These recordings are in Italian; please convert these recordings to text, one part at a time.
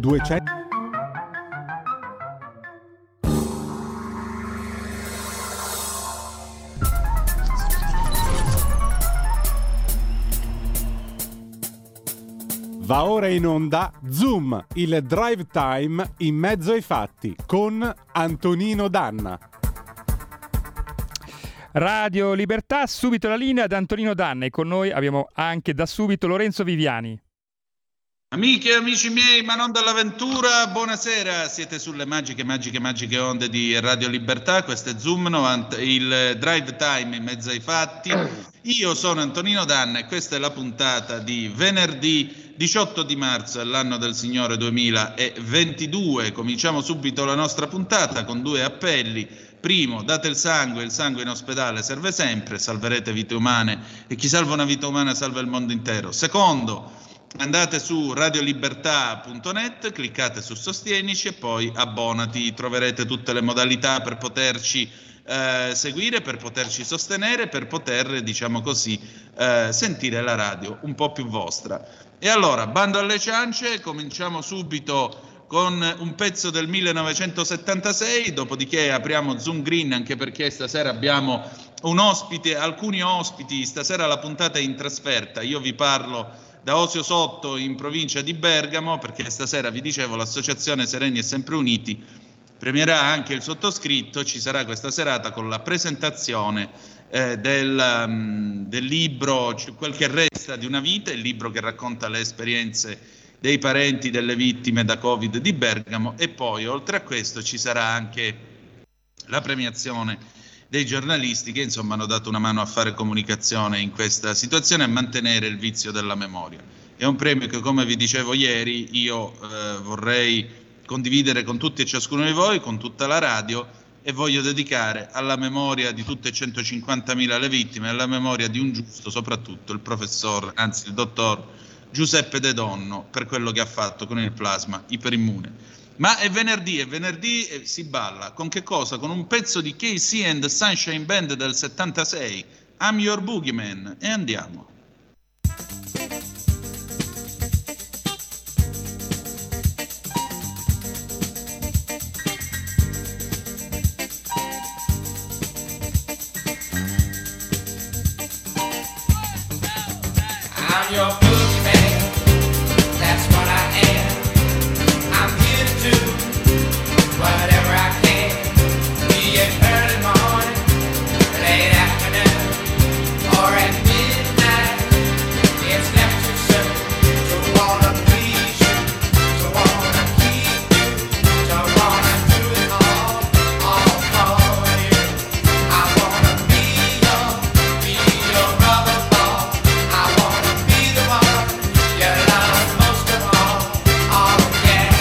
200. Va ora in onda Zoom, il drive time in mezzo ai fatti con Antonino Danna. Radio Libertà, subito la linea ad Antonino Danna, e con noi abbiamo anche da subito Lorenzo Viviani. Amiche e amici miei, ma non dall'avventura, buonasera, siete sulle magiche onde di Radio Libertà, questo è Zoom, il drive time in mezzo ai fatti. Io sono Antonino Danna e questa è la puntata di venerdì 18 di marzo dell'anno del Signore 2022. Cominciamo subito la nostra puntata con due appelli. Primo, date il sangue in ospedale serve sempre, salverete vite umane e chi salva una vita umana salva il mondo intero. Secondo, andate su radiolibertà.net, cliccate su Sostienici e poi abbonati, troverete tutte le modalità per poterci seguire, per poterci sostenere, per poter, diciamo così, sentire la radio un po' più vostra. E allora, bando alle ciance, cominciamo subito con un pezzo del 1976, dopodiché apriamo Zoom Green, anche perché stasera abbiamo un ospite, alcuni ospiti, stasera la puntata è in trasferta, io vi parlo da Osio Sotto in provincia di Bergamo, perché stasera vi dicevo l'associazione Sereni e Sempre Uniti premierà anche il sottoscritto, ci sarà questa serata con la presentazione del libro Quel che resta di una vita, il libro che racconta le esperienze dei parenti delle vittime da Covid di Bergamo, e poi oltre a questo ci sarà anche la premiazione dei giornalisti che insomma hanno dato una mano a fare comunicazione in questa situazione e a mantenere il vizio della memoria. È un premio che, come vi dicevo ieri, io vorrei condividere con tutti e ciascuno di voi, con tutta la radio, e voglio dedicare alla memoria di tutte e 150.000 le vittime, alla memoria di un giusto, soprattutto il dottor Giuseppe De Donno, per quello che ha fatto con il plasma iperimmune. Ma è venerdì si balla. Con che cosa? Con un pezzo di KC and the Sunshine Band del 76, I'm Your Boogeyman, e andiamo. I'm your boogeyman, that's what I am. I'm here to do whatever I can. Be it early morning, late afternoon, or at midnight. It's never too soon to wanna please you, to wanna keep you, to wanna do it all for you. I wanna be your rubber ball. I wanna be the one you love most of all. Oh yeah.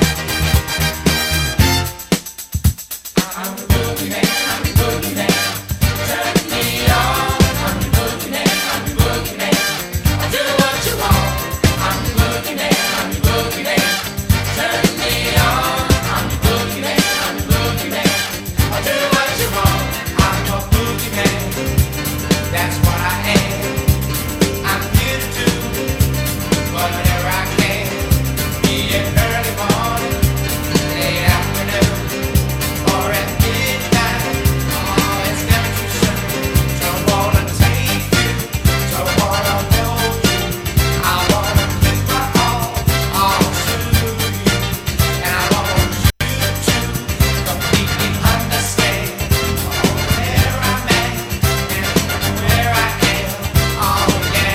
I'm the boogeyman, I'm the boogeyman. Turn me on. I'm the boogeyman, I'm the boogeyman. I do what you want. I'm the boogeyman, I'm the boogeyman. Turn me on. I'm the boogeyman, I'm the boogeyman. I do what you want. I'm your boogeyman. That's what I am. I'm here to do whatever I can. Be it early morning, late afternoon, or at midnight. Oh, it's never too soon to wanna take you, to wanna hold you. I wanna give my all to you, and I want you to completely understand where I'm at and where I am. Oh yeah.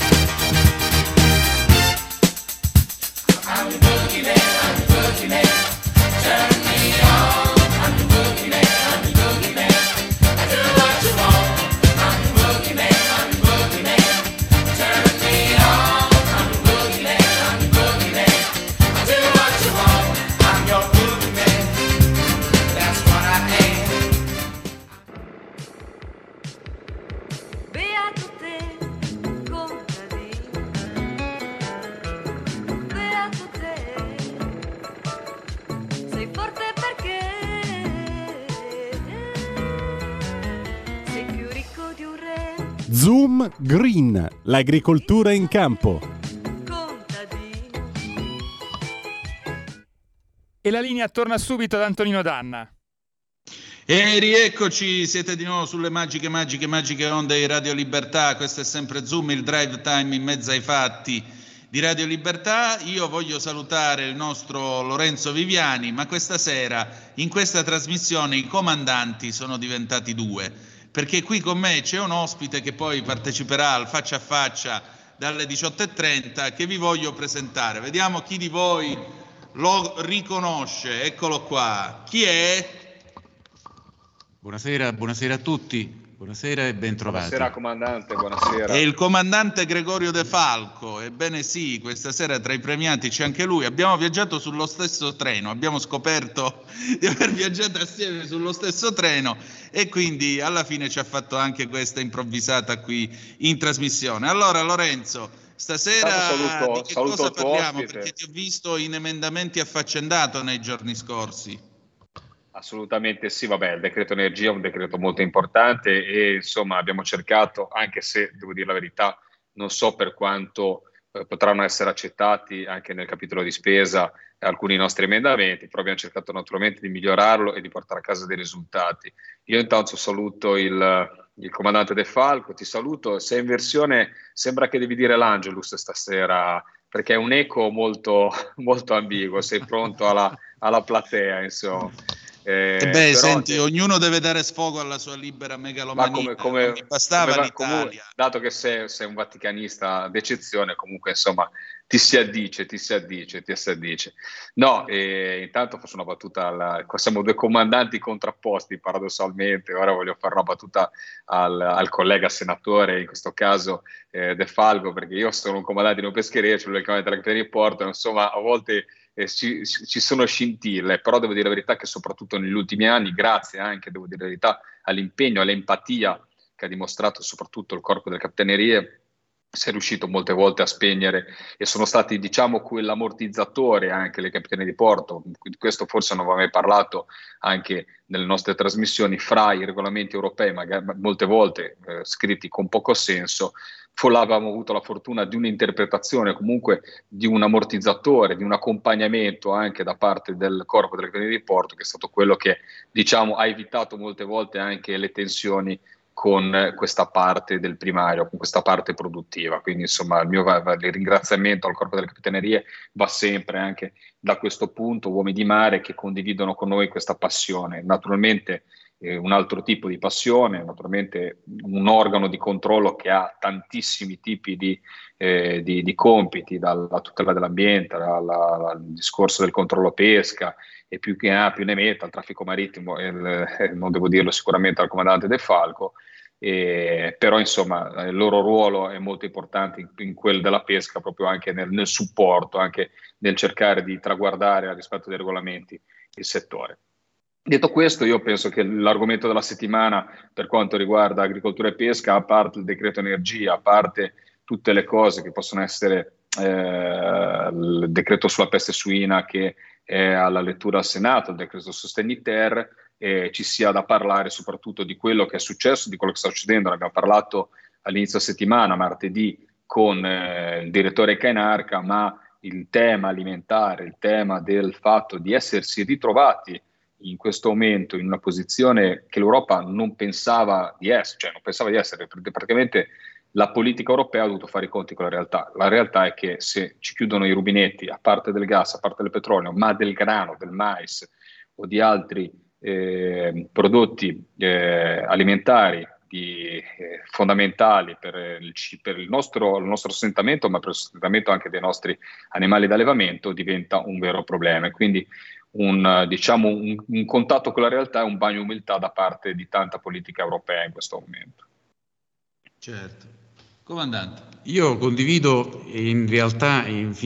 I'm the boogeyman, I'm the boogeyman. Turn me on. I'm the boogeyman, I'm the boogeyman. I do what you want. I'm the boogeyman, I'm the boogeyman. Turn me on. I'm the boogeyman, I'm the boogeyman. I do what you want. I'm your boogeyman. That's what I am. Beato te, contadino, beato te, sei forte perché sei più ricco di un re, Zoom Green, l'agricoltura in campo. contadino, E la linea torna subito ad Antonino Danna. E rieccoci, siete di nuovo sulle magiche onde di Radio Libertà. Questo è sempre Zoom, il drive time in mezzo ai fatti di Radio Libertà. Io voglio salutare il nostro Lorenzo Viviani, ma questa sera in questa trasmissione i comandanti sono diventati 2, perché qui con me c'è un ospite che poi parteciperà al faccia a faccia dalle 18:30 che vi voglio presentare. Vediamo chi di voi lo riconosce. Eccolo qua. Chi è? Buonasera a tutti, buonasera e bentrovati. Buonasera comandante, buonasera. È il comandante Gregorio De Falco. Ebbene sì, questa sera tra i premiati c'è anche lui. Abbiamo viaggiato sullo stesso treno, abbiamo scoperto di aver viaggiato assieme sullo stesso treno e quindi alla fine ci ha fatto anche questa improvvisata qui in trasmissione. Allora Lorenzo, stasera di che cosa parliamo? Perché ti ho visto in emendamenti affaccendato nei giorni scorsi. Assolutamente sì, vabbè, il decreto energia è un decreto molto importante e insomma abbiamo cercato, anche se devo dire la verità, non so per quanto potranno essere accettati anche nel capitolo di spesa alcuni nostri emendamenti, però abbiamo cercato naturalmente di migliorarlo e di portare a casa dei risultati. Io intanto saluto il comandante De Falco, ti saluto, sei in versione, sembra che devi dire l'Angelus stasera, perché è un eco molto, molto ambiguo, sei pronto alla platea, insomma. Però, senti, ognuno deve dare sfogo alla sua libera megalomania. Come bastava l'Italia. Dato che sei un vaticanista d'eccezione, comunque insomma ti si addice. No, intanto faccio una battuta, siamo 2 comandanti contrapposti paradossalmente, ora voglio fare una battuta al collega senatore, in questo caso De Falco, perché io sono un comandante di un pescheria, cioè il comandante della Capitaneria di Porto, insomma a volte ci sono scintille, però devo dire la verità che soprattutto negli ultimi anni, grazie anche, devo dire la verità, all'impegno, all'empatia che ha dimostrato soprattutto il corpo delle Capitanerie, si è riuscito molte volte a spegnere e sono stati, diciamo, quell'ammortizzatore anche le Capitanerie di Porto. Di questo forse non avevo mai parlato anche nelle nostre trasmissioni, fra i regolamenti europei, magari molte volte scritti con poco senso. Avevamo avuto la fortuna di un'interpretazione, comunque di un ammortizzatore, di un accompagnamento anche da parte del corpo delle Capitanerie di Porto, che è stato quello che, diciamo, ha evitato molte volte anche le tensioni con questa parte del primario, con questa parte produttiva. Quindi insomma il mio ringraziamento al corpo delle Capitanerie va sempre anche da questo punto, uomini di mare che condividono con noi questa passione. Naturalmente un altro tipo di passione, naturalmente un organo di controllo che ha tantissimi tipi di compiti, dalla tutela dell'ambiente al discorso del controllo pesca, e più che ha più ne metta, il traffico marittimo, non devo dirlo sicuramente al comandante De Falco, però insomma il loro ruolo è molto importante in quello della pesca, proprio anche nel supporto, anche nel cercare di traguardare al rispetto dei regolamenti il settore. Detto questo, io penso che l'argomento della settimana per quanto riguarda agricoltura e pesca, a parte il decreto energia, a parte tutte le cose che possono essere il decreto sulla peste suina che è alla lettura al Senato, il decreto sostegni ter, ci sia da parlare soprattutto di quello che è successo, di quello che sta succedendo. Ne abbiamo parlato all'inizio settimana, martedì, con il direttore Cainarca, ma il tema alimentare, il tema del fatto di essersi ritrovati in questo momento in una posizione che l'Europa non pensava di essere, perché praticamente la politica europea ha dovuto fare i conti con la realtà. La realtà è che se ci chiudono i rubinetti, a parte del gas, a parte del petrolio, ma del grano, del mais o di altri prodotti alimentari fondamentali per il nostro sostentamento, ma per il sostentamento anche dei nostri animali d'allevamento, diventa un vero problema. Quindi un contatto con la realtà è un bagno di umiltà da parte di tanta politica europea in questo momento. Certo. Comandante. Io condivido in realtà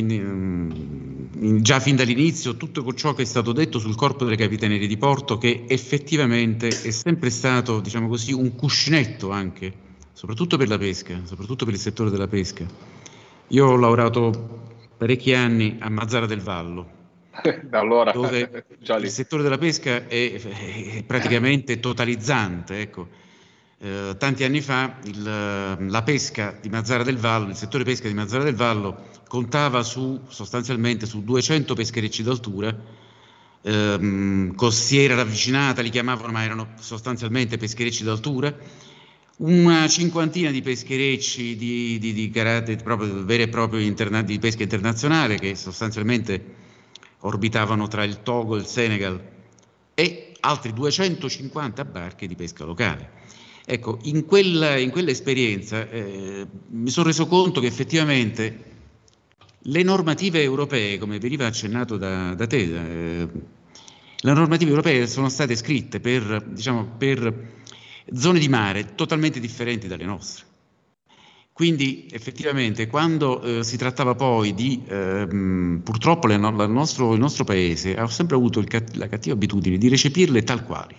già fin dall'inizio tutto ciò che è stato detto sul corpo delle Capitanerie di Porto, che effettivamente è sempre stato, diciamo così, un cuscinetto anche, soprattutto per la pesca, soprattutto per il settore della pesca. Io ho lavorato parecchi anni a Mazara del Vallo, allora, dove il settore della pesca è praticamente totalizzante, ecco. Tanti anni fa la pesca di Mazara del Vallo, il settore pesca di Mazara del Vallo contava sostanzialmente su 200 pescherecci d'altura, costiera ravvicinata, li chiamavano, ma erano sostanzialmente pescherecci d'altura, una cinquantina di pescherecci di carattere proprio vero e proprio di pesca internazionale, che sostanzialmente orbitavano tra il Togo e il Senegal, e altri 250 barche di pesca locale. Ecco, in quell'esperienza mi sono reso conto che effettivamente le normative europee, come veniva accennato da te, le normative europee sono state scritte per zone di mare totalmente differenti dalle nostre. Quindi effettivamente quando si trattava poi di, purtroppo il nostro paese ha sempre avuto la cattiva abitudine di recepirle tal quali.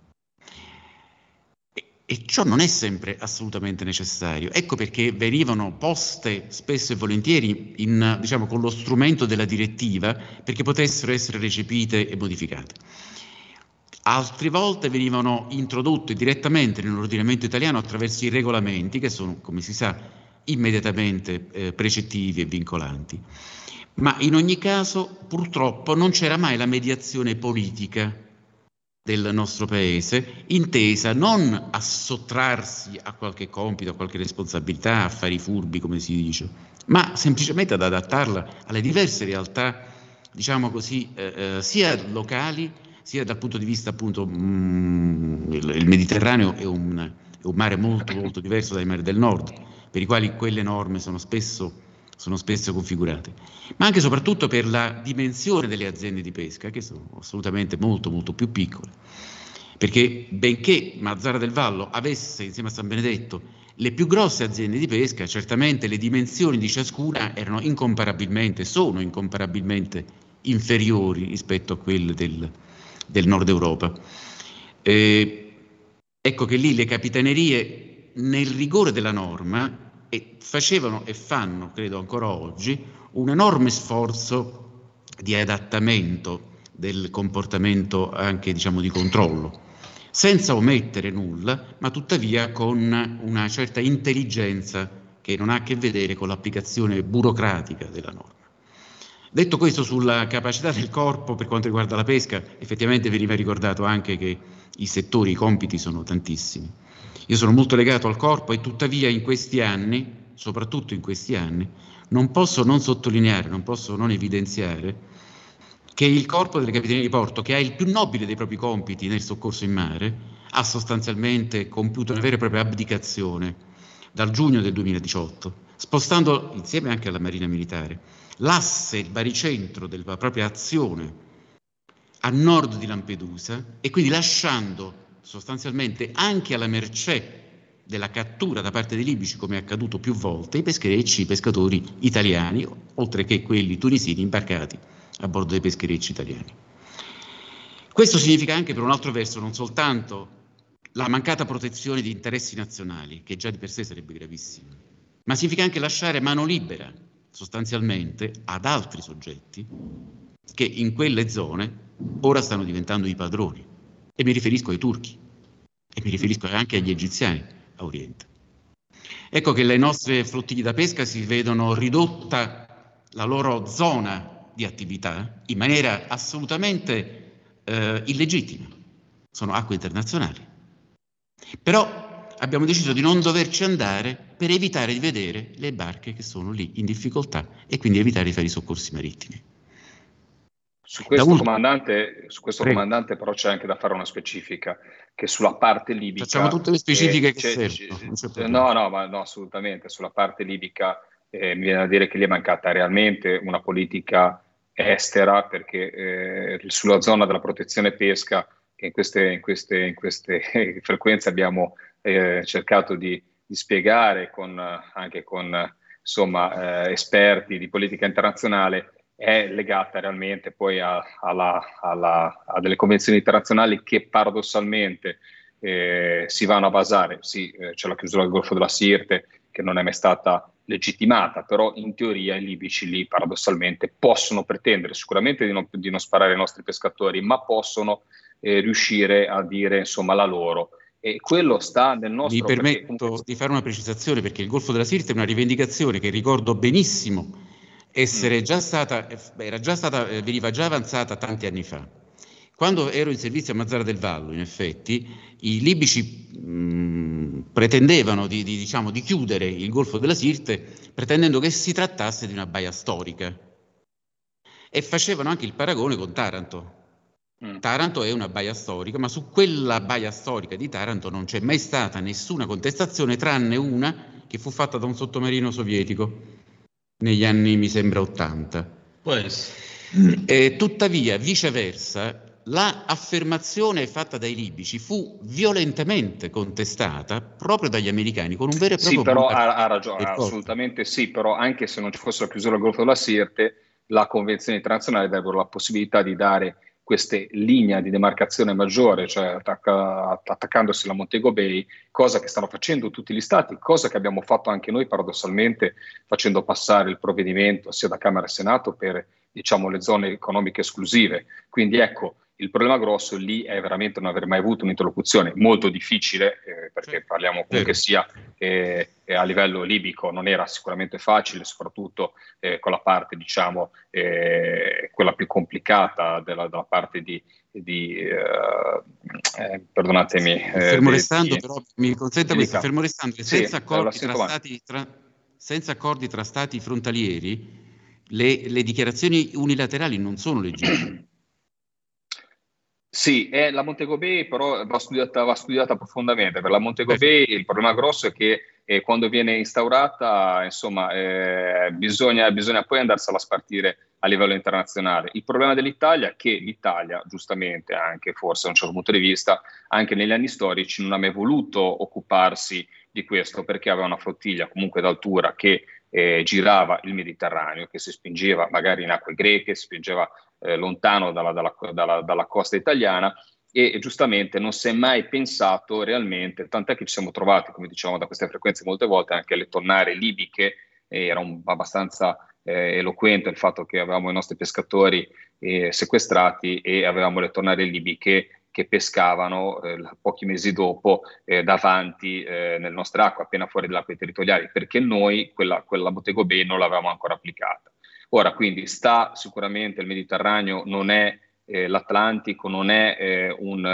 E ciò non è sempre assolutamente necessario. Ecco perché venivano poste spesso e volentieri con lo strumento della direttiva, perché potessero essere recepite e modificate. Altre volte venivano introdotte direttamente nell'ordinamento italiano attraverso i regolamenti, che sono, come si sa, immediatamente precettivi e vincolanti. Ma in ogni caso, purtroppo, non c'era mai la mediazione politica del nostro paese, intesa non a sottrarsi a qualche compito, a qualche responsabilità, a fare i furbi, come si dice, ma semplicemente ad adattarla alle diverse realtà, diciamo così, sia locali, sia dal punto di vista appunto il Mediterraneo è un mare molto molto diverso dai mari del nord, per i quali quelle norme sono spesso configurate, ma anche e soprattutto per la dimensione delle aziende di pesca, che sono assolutamente molto molto più piccole, perché benché Mazara del Vallo avesse insieme a San Benedetto le più grosse aziende di pesca, certamente le dimensioni di ciascuna sono incomparabilmente inferiori rispetto a quelle del nord Europa. Ecco che lì le capitanerie, nel rigore della norma, facevano e fanno, credo ancora oggi, un enorme sforzo di adattamento del comportamento anche di controllo, senza omettere nulla, ma tuttavia con una certa intelligenza che non ha a che vedere con l'applicazione burocratica della norma. Detto questo, sulla capacità del corpo per quanto riguarda la pesca, effettivamente veniva ricordato anche che i settori, i compiti sono tantissimi. Io sono molto legato al corpo e tuttavia in questi anni, soprattutto in questi anni, non posso non sottolineare, non posso non evidenziare che il corpo delle capitanerie di porto, che ha il più nobile dei propri compiti nel soccorso in mare, ha sostanzialmente compiuto una vera e propria abdicazione dal giugno del 2018, spostando insieme anche alla Marina Militare l'asse, il baricentro della propria azione a nord di Lampedusa e quindi lasciando sostanzialmente anche alla mercé della cattura da parte dei libici, come è accaduto più volte, i pescherecci, i pescatori italiani, oltre che quelli tunisini imbarcati a bordo dei pescherecci italiani. Questo significa anche, per un altro verso, non soltanto la mancata protezione di interessi nazionali, che già di per sé sarebbe gravissima, ma significa anche lasciare mano libera, sostanzialmente, ad altri soggetti che in quelle zone ora stanno diventando i padroni. E mi riferisco ai turchi, e mi riferisco anche agli egiziani a Oriente. Ecco che le nostre flottiglie da pesca si vedono ridotta la loro zona di attività in maniera assolutamente illegittima. Sono acque internazionali. Però abbiamo deciso di non doverci andare per evitare di vedere le barche che sono lì in difficoltà e quindi evitare di fare i soccorsi marittimi. Su questo comandante però c'è anche da fare una specifica, che sulla parte libica... Facciamo tutte le specifiche che servono. No, assolutamente. Sulla parte libica mi viene da dire che lì è mancata realmente una politica estera, perché sulla zona della protezione pesca, che in queste frequenze abbiamo cercato di spiegare anche con esperti di politica internazionale, è legata realmente poi a delle convenzioni internazionali che paradossalmente si vanno a basare. Sì, c'è la chiusura del Golfo della Sirte, che non è mai stata legittimata, però in teoria i libici lì paradossalmente possono pretendere sicuramente di non sparare ai nostri pescatori, ma possono riuscire a dire la loro. E quello sta nel nostro... Mi permetto di fare una precisazione, perché il Golfo della Sirte è una rivendicazione che ricordo benissimo veniva già avanzata tanti anni fa. Quando ero in servizio a Mazara del Vallo, in effetti, i libici pretendevano di chiudere il Golfo della Sirte, pretendendo che si trattasse di una baia storica. E facevano anche il paragone con Taranto. Taranto è una baia storica, ma su quella baia storica di Taranto non c'è mai stata nessuna contestazione, tranne una che fu fatta da un sottomarino sovietico negli anni, mi sembra, 80. Tuttavia, viceversa, l'affermazione fatta dai libici fu violentemente contestata proprio dagli americani con un vero e proprio Sì, però bombardamento ha ragione, del Golfo. assolutamente sì, però anche se non ci fosse la chiusura del Golfo della Sirte, la Convenzione internazionale avrebbero la possibilità di dare queste linee di demarcazione maggiore, cioè attaccandosi alla Montego Bay, cosa che stanno facendo tutti gli stati, cosa che abbiamo fatto anche noi paradossalmente facendo passare il provvedimento sia da Camera e Senato per, diciamo, le zone economiche esclusive. Quindi ecco, il problema grosso lì è veramente non aver mai avuto un'interlocuzione molto difficile, perché parliamo comunque sia a livello libico non era sicuramente facile, soprattutto con la parte, diciamo, quella più complicata della parte perdonatemi. Fermo restando, però, mi consenta questo, Dica. fermo restando, che Sì, senza la accordi sento avanti. senza accordi tra stati frontalieri, le dichiarazioni unilaterali non sono legittime. Sì, la Montego Bay però va studiata profondamente. Per la Montego Bay il problema grosso è che quando viene instaurata, insomma, bisogna poi andarsela a spartire a livello internazionale. Il problema dell'Italia è che l'Italia, giustamente anche forse da un certo punto di vista, anche negli anni storici non ha mai voluto occuparsi di questo perché aveva una flottiglia comunque d'altura che girava il Mediterraneo, che si spingeva magari in acque greche, si spingeva lontano dalla costa italiana e giustamente non si è mai pensato realmente, tant'è che ci siamo trovati, come dicevamo da queste frequenze molte volte, anche le tonnare libiche, era abbastanza eloquente il fatto che avevamo i nostri pescatori sequestrati e avevamo le tonnare libiche che pescavano pochi mesi dopo davanti nelle nostre acque, appena fuori dalle acque territoriali, perché noi quella Montego Bay non l'avevamo ancora applicata. Ora, quindi sicuramente il Mediterraneo non è l'Atlantico, non è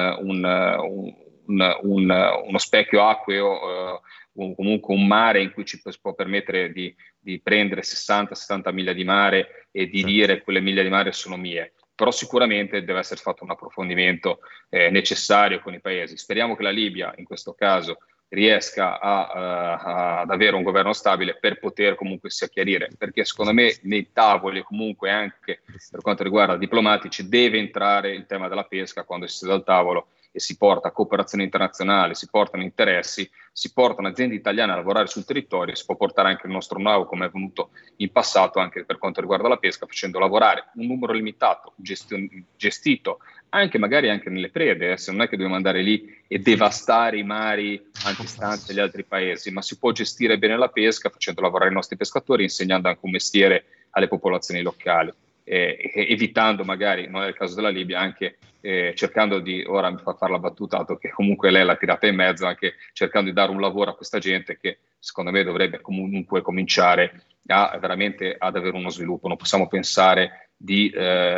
uno specchio acqueo, comunque un mare in cui ci può permettere di prendere 60-70 miglia di mare e di dire quelle miglia di mare sono mie. Però sicuramente deve essere fatto un approfondimento necessario con i paesi. Speriamo che la Libia, in questo caso, riesca ad avere un governo stabile per poter comunque sia chiarire, perché secondo me nei tavoli e comunque anche per quanto riguarda i diplomatici deve entrare il tema della pesca quando si siede al tavolo e si porta cooperazione internazionale, si portano interessi, si portano aziende italiane a lavorare sul territorio, si può portare anche il nostro know-how come è venuto in passato anche per quanto riguarda la pesca, facendo lavorare un numero limitato, gestito anche magari anche nelle prede, se non è che dobbiamo andare lì e devastare i mari antistanti dagli altri paesi, ma si può gestire bene la pesca facendo lavorare i nostri pescatori, insegnando anche un mestiere alle popolazioni locali, evitando magari, non è il caso della Libia, anche cercando di, ora mi fa fare la battuta, dato che comunque lei l'ha tirata in mezzo, anche cercando di dare un lavoro a questa gente che secondo me dovrebbe comunque cominciare veramente ad avere uno sviluppo. Non possiamo pensare di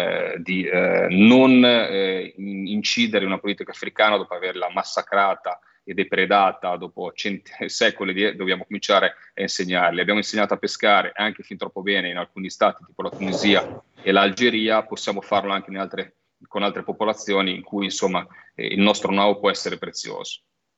non incidere una politica africana dopo averla massacrata e depredata dopo secoli. Dobbiamo cominciare a insegnarli. Abbiamo insegnato a pescare anche fin troppo bene in alcuni stati tipo la Tunisia e l'Algeria, possiamo farlo anche con altre popolazioni in cui insomma il nostro know-how può essere prezioso.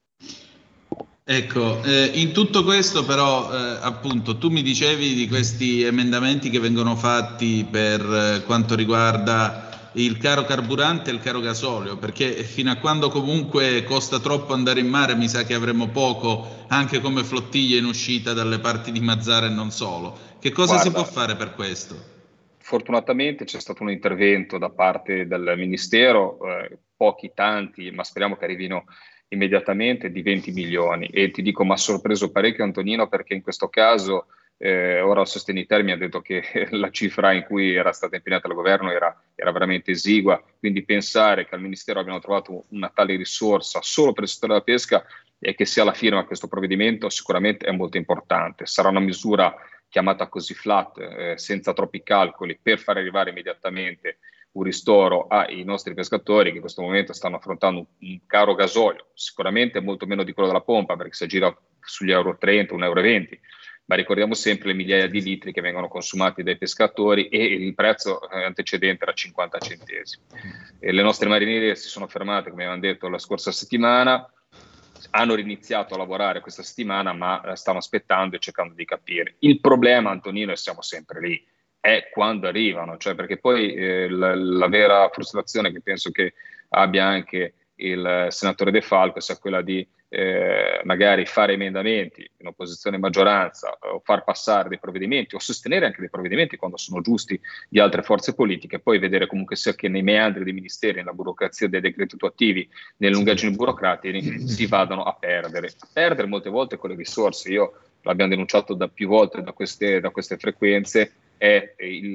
Ecco, in tutto questo però appunto tu mi dicevi di questi emendamenti che vengono fatti per quanto riguarda il caro carburante e il caro gasolio, perché fino a quando comunque costa troppo andare in mare mi sa che avremo poco anche come flottiglie in uscita dalle parti di Mazara e non solo. Che cosa si può fare per questo? Fortunatamente c'è stato un intervento da parte del Ministero, pochi tanti, ma speriamo che arrivino immediatamente, di 20 milioni. E ti dico, mi ha sorpreso parecchio Antonino, perché in questo caso ora il Sostenitore mi ha detto che la cifra in cui era stata impegnata dal governo era veramente esigua, quindi pensare che al Ministero abbiano trovato una tale risorsa solo per il settore della pesca e che sia la firma a questo provvedimento sicuramente è molto importante. Sarà una misura chiamata così flat, senza troppi calcoli, per far arrivare immediatamente un ristoro ai nostri pescatori che in questo momento stanno affrontando un caro gasolio, sicuramente molto meno di quello della pompa perché si aggira sugli euro 30, 1,20 euro, ma ricordiamo sempre le migliaia di litri che vengono consumati dai pescatori e il prezzo antecedente era 50 centesimi. E le nostre marinerie si sono fermate, come avevamo detto, la scorsa settimana, hanno riniziato a lavorare questa settimana, ma stanno aspettando e cercando di capire. Il problema, Antonino, e siamo sempre lì, è quando arrivano, cioè perché poi la vera frustrazione che penso che abbia anche il senatore De Falco sia quella di magari fare emendamenti in opposizione e maggioranza o far passare dei provvedimenti o sostenere anche dei provvedimenti quando sono giusti di altre forze politiche, poi vedere comunque sia che nei meandri dei ministeri, nella burocrazia dei decreti attuativi, nelle lungaggini burocratiche si vadano a perdere molte volte con le risorse. L'abbiamo denunciato da più volte da queste frequenze, è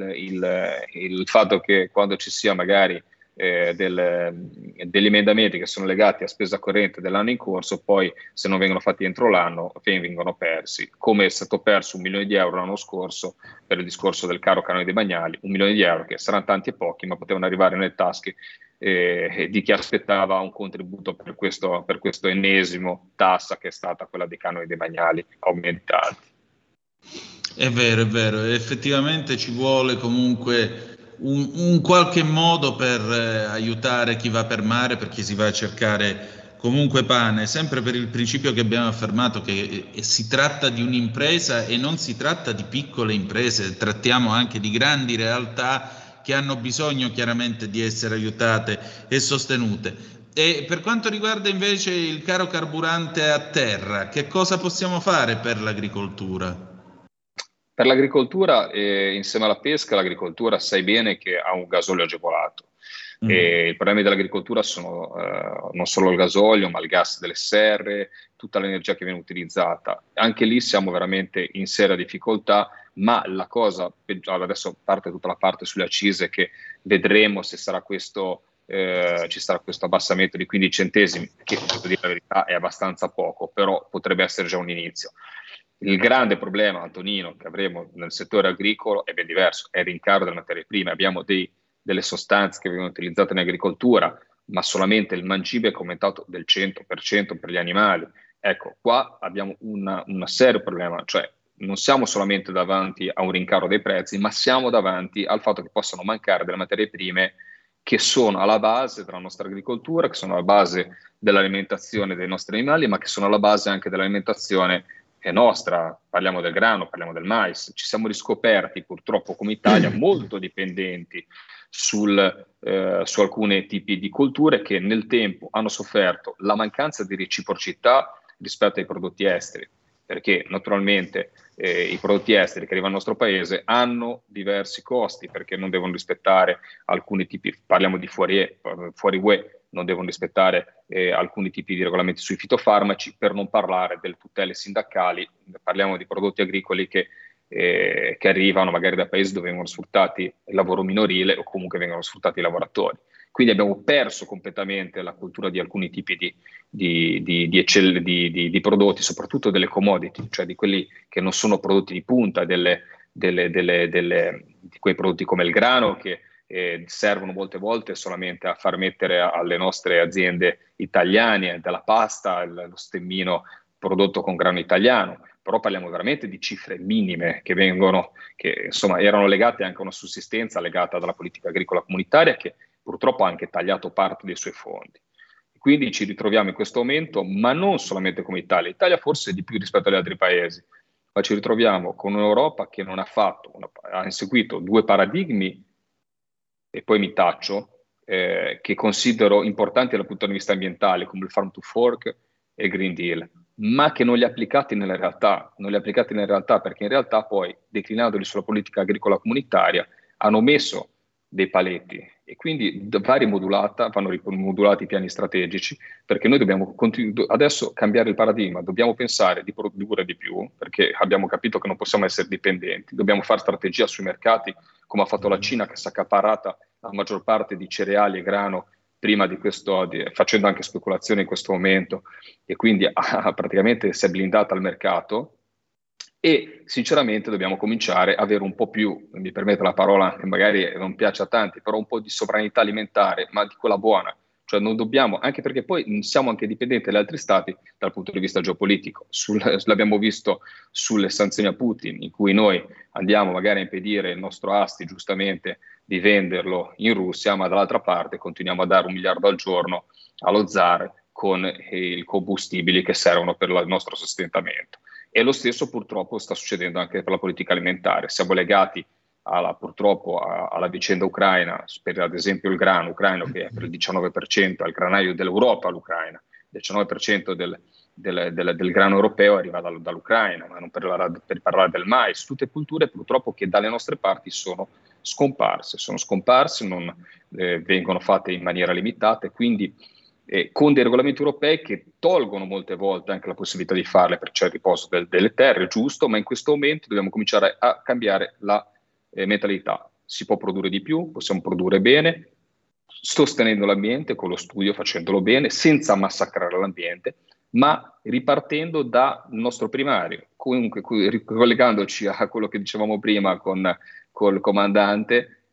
il fatto che quando ci sia magari degli emendamenti che sono legati a spesa corrente dell'anno in corso, poi se non vengono fatti entro l'anno vengono persi, come è stato perso 1 milione di euro l'anno scorso per il discorso del caro canone dei bagnali, 1 milione di euro che saranno tanti e pochi ma potevano arrivare nelle tasche di chi aspettava un contributo per questo ennesimo tassa che è stata quella dei canoni dei bagnali aumentati. È vero, effettivamente ci vuole comunque un qualche modo per aiutare chi va per mare, perché si va a cercare comunque pane, sempre per il principio che abbiamo affermato che si tratta di un'impresa e non si tratta di piccole imprese, trattiamo anche di grandi realtà che hanno bisogno chiaramente di essere aiutate e sostenute. E per quanto riguarda invece il caro carburante a terra, che cosa possiamo fare per l'agricoltura? Per l'agricoltura, insieme alla pesca, l'agricoltura sai bene che ha un gasolio agevolato. E i problemi dell'agricoltura sono non solo il gasolio, ma il gas delle serre, tutta l'energia che viene utilizzata. Anche lì siamo veramente in seria difficoltà, ma la cosa peggiore, adesso parte tutta la parte sulle accise che vedremo se sarà ci sarà questo abbassamento di 15 centesimi, che devo dire la verità è abbastanza poco, però potrebbe essere già un inizio. Il grande problema, Antonino, che avremo nel settore agricolo è ben diverso, è il rincaro delle materie prime. Abbiamo delle sostanze che vengono utilizzate in agricoltura, ma solamente il mangime è aumentato del 100% per gli animali. Ecco, qua abbiamo un serio problema, cioè non siamo solamente davanti a un rincaro dei prezzi, ma siamo davanti al fatto che possano mancare delle materie prime che sono alla base della nostra agricoltura, che sono alla base dell'alimentazione dei nostri animali, ma che sono alla base anche dell'alimentazione nostra. Parliamo del grano, parliamo del mais. Ci siamo riscoperti purtroppo come Italia molto dipendenti su alcuni tipi di colture che nel tempo hanno sofferto la mancanza di reciprocità rispetto ai prodotti esteri, perché naturalmente i prodotti esteri che arrivano al nostro paese hanno diversi costi, perché non devono rispettare alcuni tipi, parliamo di fuori UE, non devono rispettare alcuni tipi di regolamenti sui fitofarmaci, per non parlare delle tutele sindacali. Parliamo di prodotti agricoli che arrivano magari da paesi dove vengono sfruttati il lavoro minorile o comunque vengono sfruttati i lavoratori. Quindi abbiamo perso completamente la cultura di alcuni tipi di prodotti, soprattutto delle commodity, cioè di quelli che non sono prodotti di punta, di quei prodotti come il grano che servono molte volte solamente a far mettere alle nostre aziende italiane della pasta, lo stemmino prodotto con grano italiano. Però parliamo veramente di cifre minime che insomma erano legate anche a una sussistenza legata dalla politica agricola comunitaria che purtroppo ha anche tagliato parte dei suoi fondi. Quindi ci ritroviamo in questo momento, ma non solamente come Italia. L'Italia forse di più rispetto agli altri paesi, ma ci ritroviamo con un'Europa che non ha inseguito 2 paradigmi, e poi mi taccio, che considero importanti dal punto di vista ambientale, come il Farm to Fork e il Green Deal, ma che non li ha applicati nella realtà, perché in realtà poi, declinandoli sulla politica agricola comunitaria, hanno messo dei paletti e quindi vanno rimodulati i piani strategici, perché noi dobbiamo adesso cambiare il paradigma, dobbiamo pensare di produrre di più, perché abbiamo capito che non possiamo essere dipendenti, dobbiamo fare strategia sui mercati, come ha fatto la Cina, che si è accaparrata la maggior parte di cereali e grano prima di questo, facendo anche speculazione in questo momento, e quindi praticamente si è blindata al mercato. e sinceramente dobbiamo cominciare a avere un po' più, mi permette la parola che magari non piace a tanti, però un po' di sovranità alimentare, ma di quella buona. Cioè non dobbiamo, anche perché poi siamo anche dipendenti dagli altri stati dal punto di vista geopolitico. L'abbiamo visto sulle sanzioni a Putin, in cui noi andiamo magari a impedire il nostro Asti giustamente di venderlo in Russia, ma dall'altra parte continuiamo a dare 1 miliardo al giorno allo zar con i combustibili che servono per il nostro sostentamento. E lo stesso purtroppo sta succedendo anche per la politica alimentare. Siamo legati purtroppo alla vicenda ucraina, per ad esempio il grano ucraino che è per il 19%, al granaio dell'Europa l'Ucraina, il 19% del grano europeo arriva dall'Ucraina, ma non per parlare del mais, tutte culture purtroppo che dalle nostre parti sono scomparse, non vengono fatte in maniera limitata, e quindi con dei regolamenti europei che tolgono molte volte anche la possibilità di farle per certi posti delle terre, giusto, ma in questo momento dobbiamo cominciare a cambiare la mentalità. Si può produrre di più, possiamo produrre bene, sostenendo l'ambiente con lo studio, facendolo bene, senza massacrare l'ambiente, ma ripartendo dal nostro primario. Comunque, ricollegandoci a quello che dicevamo prima col comandante,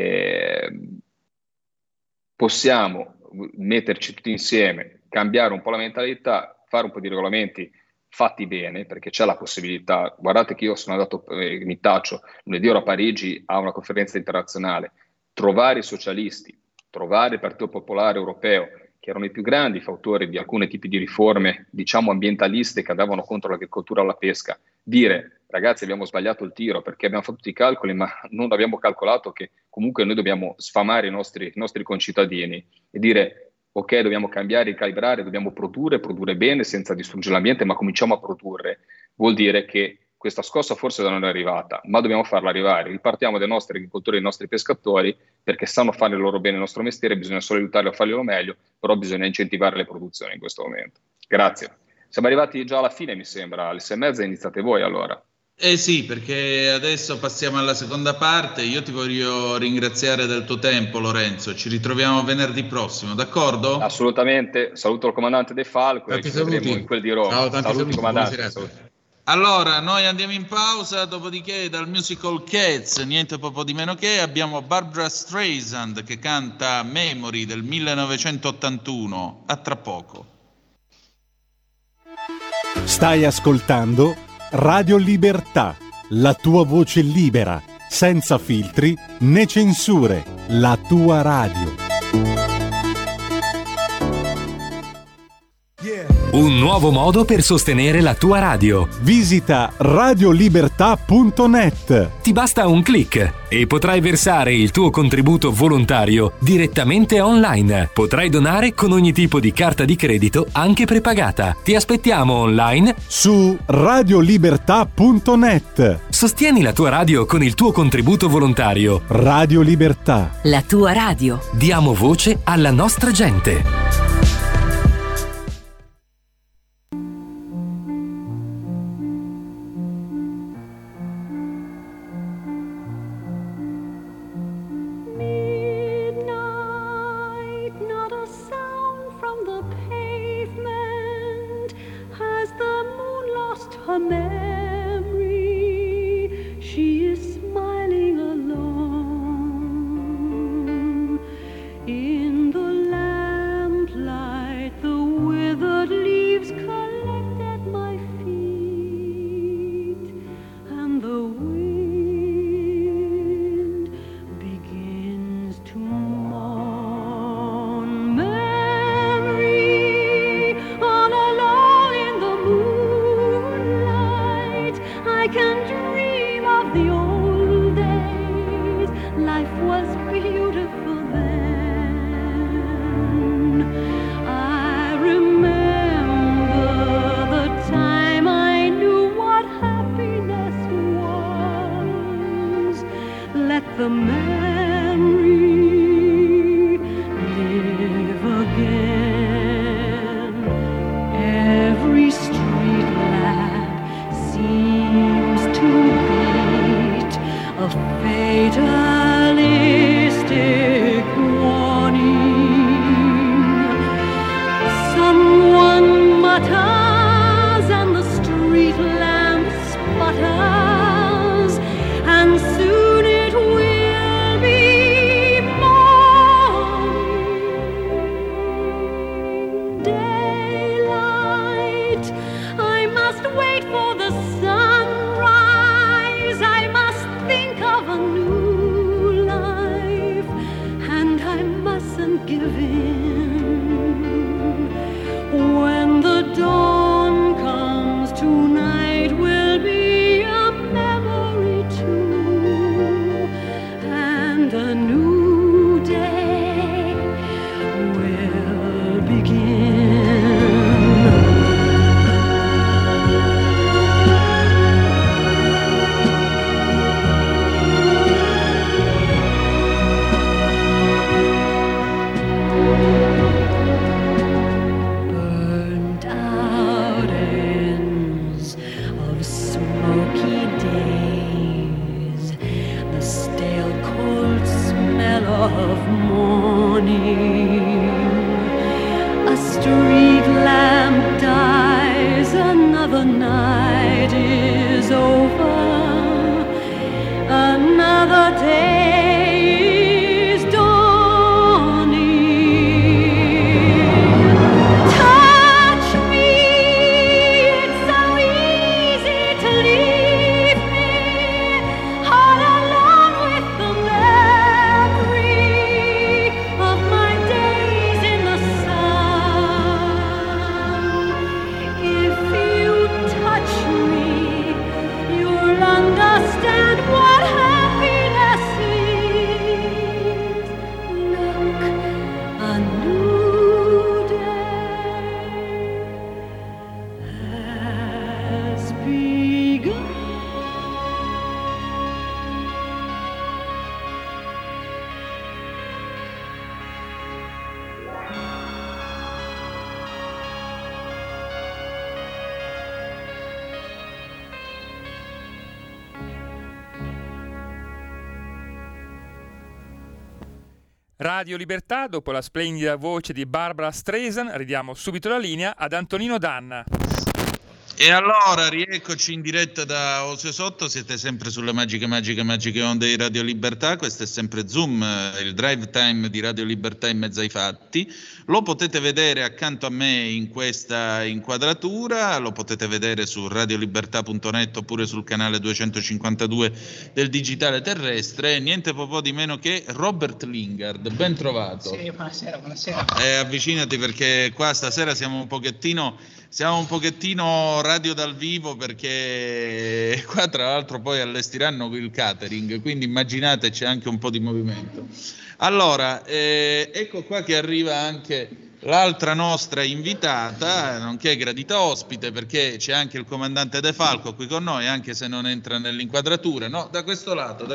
possiamo metterci tutti insieme, cambiare un po' la mentalità, fare un po' di regolamenti fatti bene, perché c'è la possibilità. Guardate che io sono andato, mi taccio, lunedì ero a Parigi a una conferenza internazionale, trovare i socialisti, trovare il Partito Popolare Europeo, che erano i più grandi fautori di alcuni tipi di riforme, diciamo ambientaliste, che andavano contro l'agricoltura e la pesca, dire ragazzi abbiamo sbagliato il tiro perché abbiamo fatto tutti i calcoli, ma non abbiamo calcolato che comunque noi dobbiamo sfamare i nostri concittadini, e dire ok, dobbiamo cambiare, ricalibrare, dobbiamo produrre bene senza distruggere l'ambiente, ma cominciamo a produrre. Vuol dire che questa scossa forse non è arrivata, ma dobbiamo farla arrivare. Ripartiamo dai nostri agricoltori, dai nostri pescatori, perché sanno fare loro bene il nostro mestiere, bisogna solo aiutarli a farlo meglio, però bisogna incentivare le produzioni in questo momento. Grazie. Siamo arrivati già alla fine, mi sembra, alle 6:30, iniziate voi allora. Sì, perché adesso passiamo alla seconda parte. Io ti voglio ringraziare del tuo tempo, Lorenzo. Ci ritroviamo venerdì prossimo, d'accordo? Assolutamente. Saluto il comandante De Falco e ci vedremo in quel di Roma. Ciao, tanti saluti, comandante. Allora, noi andiamo in pausa, dopodiché dal musical Cats, niente poco di meno che, abbiamo Barbra Streisand che canta Memory del 1981. A tra poco. Stai ascoltando Radio Libertà, la tua voce libera, senza filtri né censure, la tua radio. Un nuovo modo per sostenere la tua radio. Visita radiolibertà.net. Ti basta un click e potrai versare il tuo contributo volontario direttamente online. Potrai donare con ogni tipo di carta di credito, anche prepagata. Ti aspettiamo online su radiolibertà.net. Sostieni la tua radio con il tuo contributo volontario. Radio Libertà. La tua radio. Diamo voce alla nostra gente. In the lamplight mustn't give in. When the dawn comes, tonight will be a memory too, and a new day will begin. Of morning, a street lamp dies, another night is over, another day is dawning. Touch me, it's so easy to leave me all alone with the of my days in the sun. If you touch me, you'll understand what happiness is. Look, a new day has begun. Radio Libertà, dopo la splendida voce di Barbara Streisand, ridiamo subito la linea ad Antonino Danna. E allora, rieccoci in diretta da Osio Sotto, siete sempre sulle magiche onde di Radio Libertà, questo è sempre Zoom, il drive time di Radio Libertà in mezzo ai fatti. Lo potete vedere accanto a me in questa inquadratura, lo potete vedere su radiolibertà.net oppure sul canale 252 del digitale terrestre, niente po' di meno che Robert Lingard, ben trovato. Sì, buonasera. Avvicinati perché qua stasera siamo un pochettino radio dal vivo, perché qua tra l'altro poi allestiranno il catering, quindi immaginate c'è anche un po' di movimento. Allora, ecco qua che arriva anche l'altra nostra invitata, nonché gradita ospite, perché c'è anche il comandante De Falco qui con noi, anche se non entra nell'inquadratura, no, da questo lato.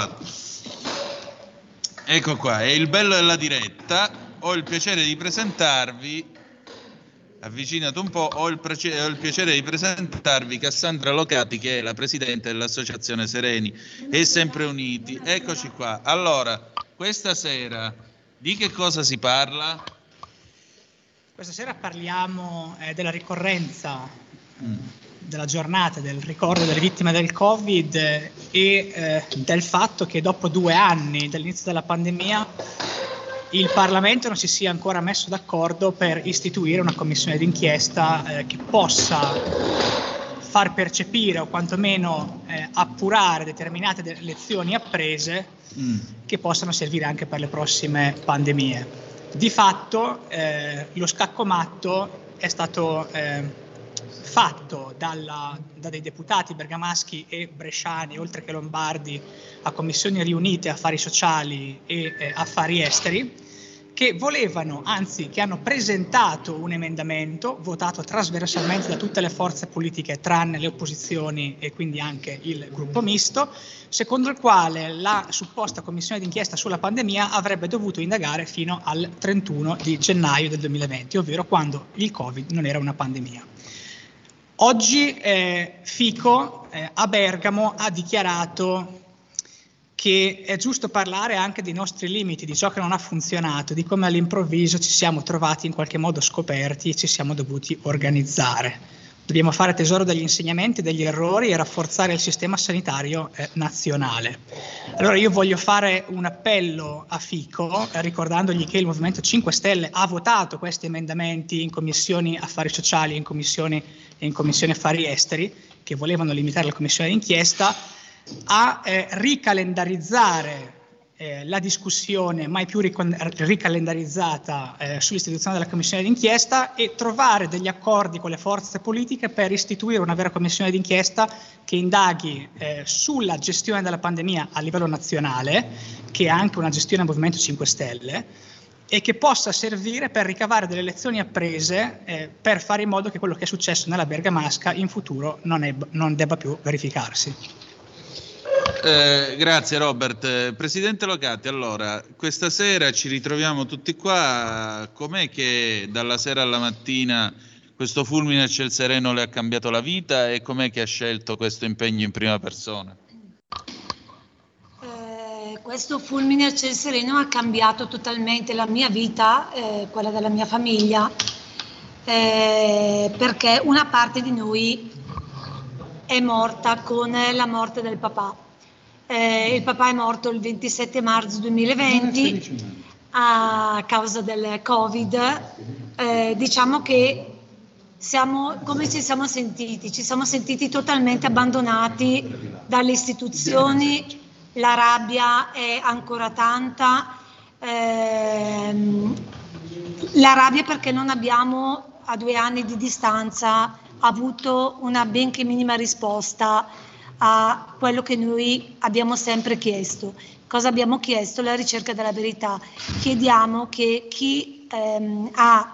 Ecco qua, è il bello della diretta, ho il piacere di presentarvi. Avvicinate un po', ho il piacere di presentarvi Cassandra Locati, che è la presidente dell'associazione Sereni e Sempre Uniti. Eccoci qua. Allora, questa sera di che cosa si parla? Questa sera parliamo della ricorrenza della giornata del ricordo delle vittime del Covid e del fatto che dopo 2 anni dall'inizio della pandemia il Parlamento non si sia ancora messo d'accordo per istituire una commissione d'inchiesta che possa far percepire o quantomeno appurare determinate lezioni apprese che possano servire anche per le prossime pandemie. Di fatto lo scaccomatto è stato fatto da dei deputati bergamaschi e bresciani, oltre che lombardi, a commissioni riunite affari sociali e affari esteri, che volevano, anzi che hanno presentato un emendamento votato trasversalmente da tutte le forze politiche tranne le opposizioni e quindi anche il gruppo misto, secondo il quale la supposta commissione d'inchiesta sulla pandemia avrebbe dovuto indagare fino al 31 di gennaio del 2020, ovvero quando il Covid non era una pandemia. Oggi Fico a Bergamo ha dichiarato che è giusto parlare anche dei nostri limiti, di ciò che non ha funzionato, di come all'improvviso ci siamo trovati in qualche modo scoperti e ci siamo dovuti organizzare. Dobbiamo fare tesoro degli insegnamenti, degli errori e rafforzare il sistema sanitario nazionale. Allora io voglio fare un appello a Fico, ricordandogli che il Movimento 5 Stelle ha votato questi emendamenti in commissioni affari sociali e in commissione affari esteri, che volevano limitare la commissione d'inchiesta, a ricalendarizzare la discussione mai più ricalendarizzata sull'istituzione della commissione d'inchiesta e trovare degli accordi con le forze politiche per istituire una vera commissione d'inchiesta che indaghi sulla gestione della pandemia a livello nazionale, che è anche una gestione del Movimento 5 Stelle, e che possa servire per ricavare delle lezioni apprese per fare in modo che quello che è successo nella Bergamasca in futuro non debba più verificarsi. Grazie Robert. Presidente Locati, allora, questa sera ci ritroviamo tutti qua. Com'è che dalla sera alla mattina questo fulmine a ciel sereno le ha cambiato la vita e com'è che ha scelto questo impegno in prima persona? Questo fulmine a ciel sereno ha cambiato totalmente la mia vita, quella della mia famiglia, perché una parte di noi è morta con la morte del papà. Il papà è morto il 27 marzo 2020 a causa del Covid. Diciamo che come ci siamo sentiti? Ci siamo sentiti totalmente abbandonati dalle istituzioni, la rabbia è ancora tanta, la rabbia perché non abbiamo a 2 anni di distanza avuto una benché minima risposta a quello che noi abbiamo sempre chiesto. Cosa abbiamo chiesto? La ricerca della verità. Chiediamo che chi ha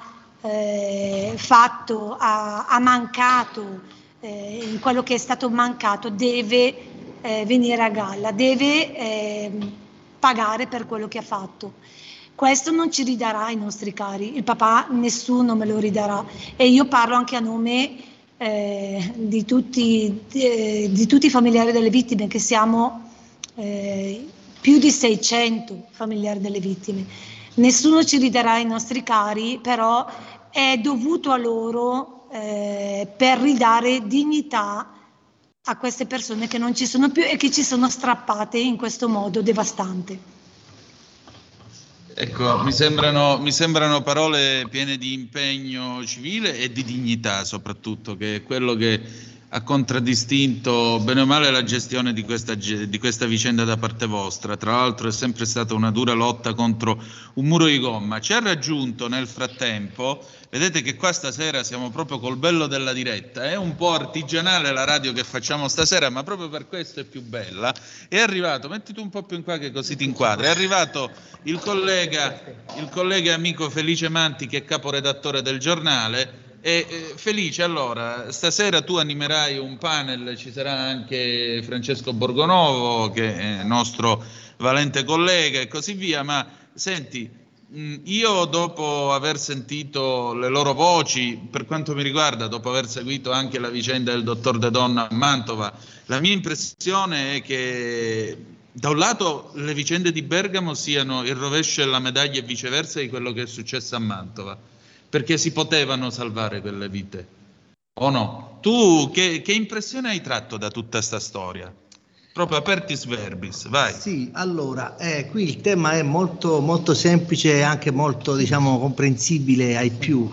mancato in quello che è stato mancato deve venire a galla, deve pagare per quello che ha fatto. Questo non ci ridarà i nostri cari, il papà nessuno me lo ridarà, e io parlo anche a nome di tutti i familiari delle vittime, che siamo più di 600 familiari delle vittime. Nessuno ci ridarà i nostri cari, però è dovuto a loro per ridare dignità a queste persone che non ci sono più e che ci sono strappate in questo modo devastante. Ecco, mi sembrano parole piene di impegno civile e di dignità soprattutto, che è quello che ha contraddistinto bene o male la gestione di questa vicenda da parte vostra. Tra l'altro è sempre stata una dura lotta contro un muro di gomma. Ci ha raggiunto nel frattempo, vedete che qua stasera siamo proprio col bello della diretta, è un po' artigianale la radio che facciamo stasera, ma proprio per questo è più bella. È arrivato, mettiti un po' più in qua che così ti inquadra, è arrivato il collega amico Felice Manti, che è caporedattore del giornale. Felice, allora, stasera tu animerai un panel, ci sarà anche Francesco Borgonovo, che è nostro valente collega e così via, ma senti, io dopo aver sentito le loro voci, per quanto mi riguarda, dopo aver seguito anche la vicenda del dottor De Donna a Mantova, la mia impressione è che da un lato le vicende di Bergamo siano il rovescio della medaglia e viceversa di quello che è successo a Mantova, perché si potevano salvare quelle vite, o no? Tu che impressione hai tratto da tutta sta storia? Proprio apertis verbis, vai. Sì, allora, qui il tema è molto, molto semplice e anche molto, diciamo, comprensibile ai più.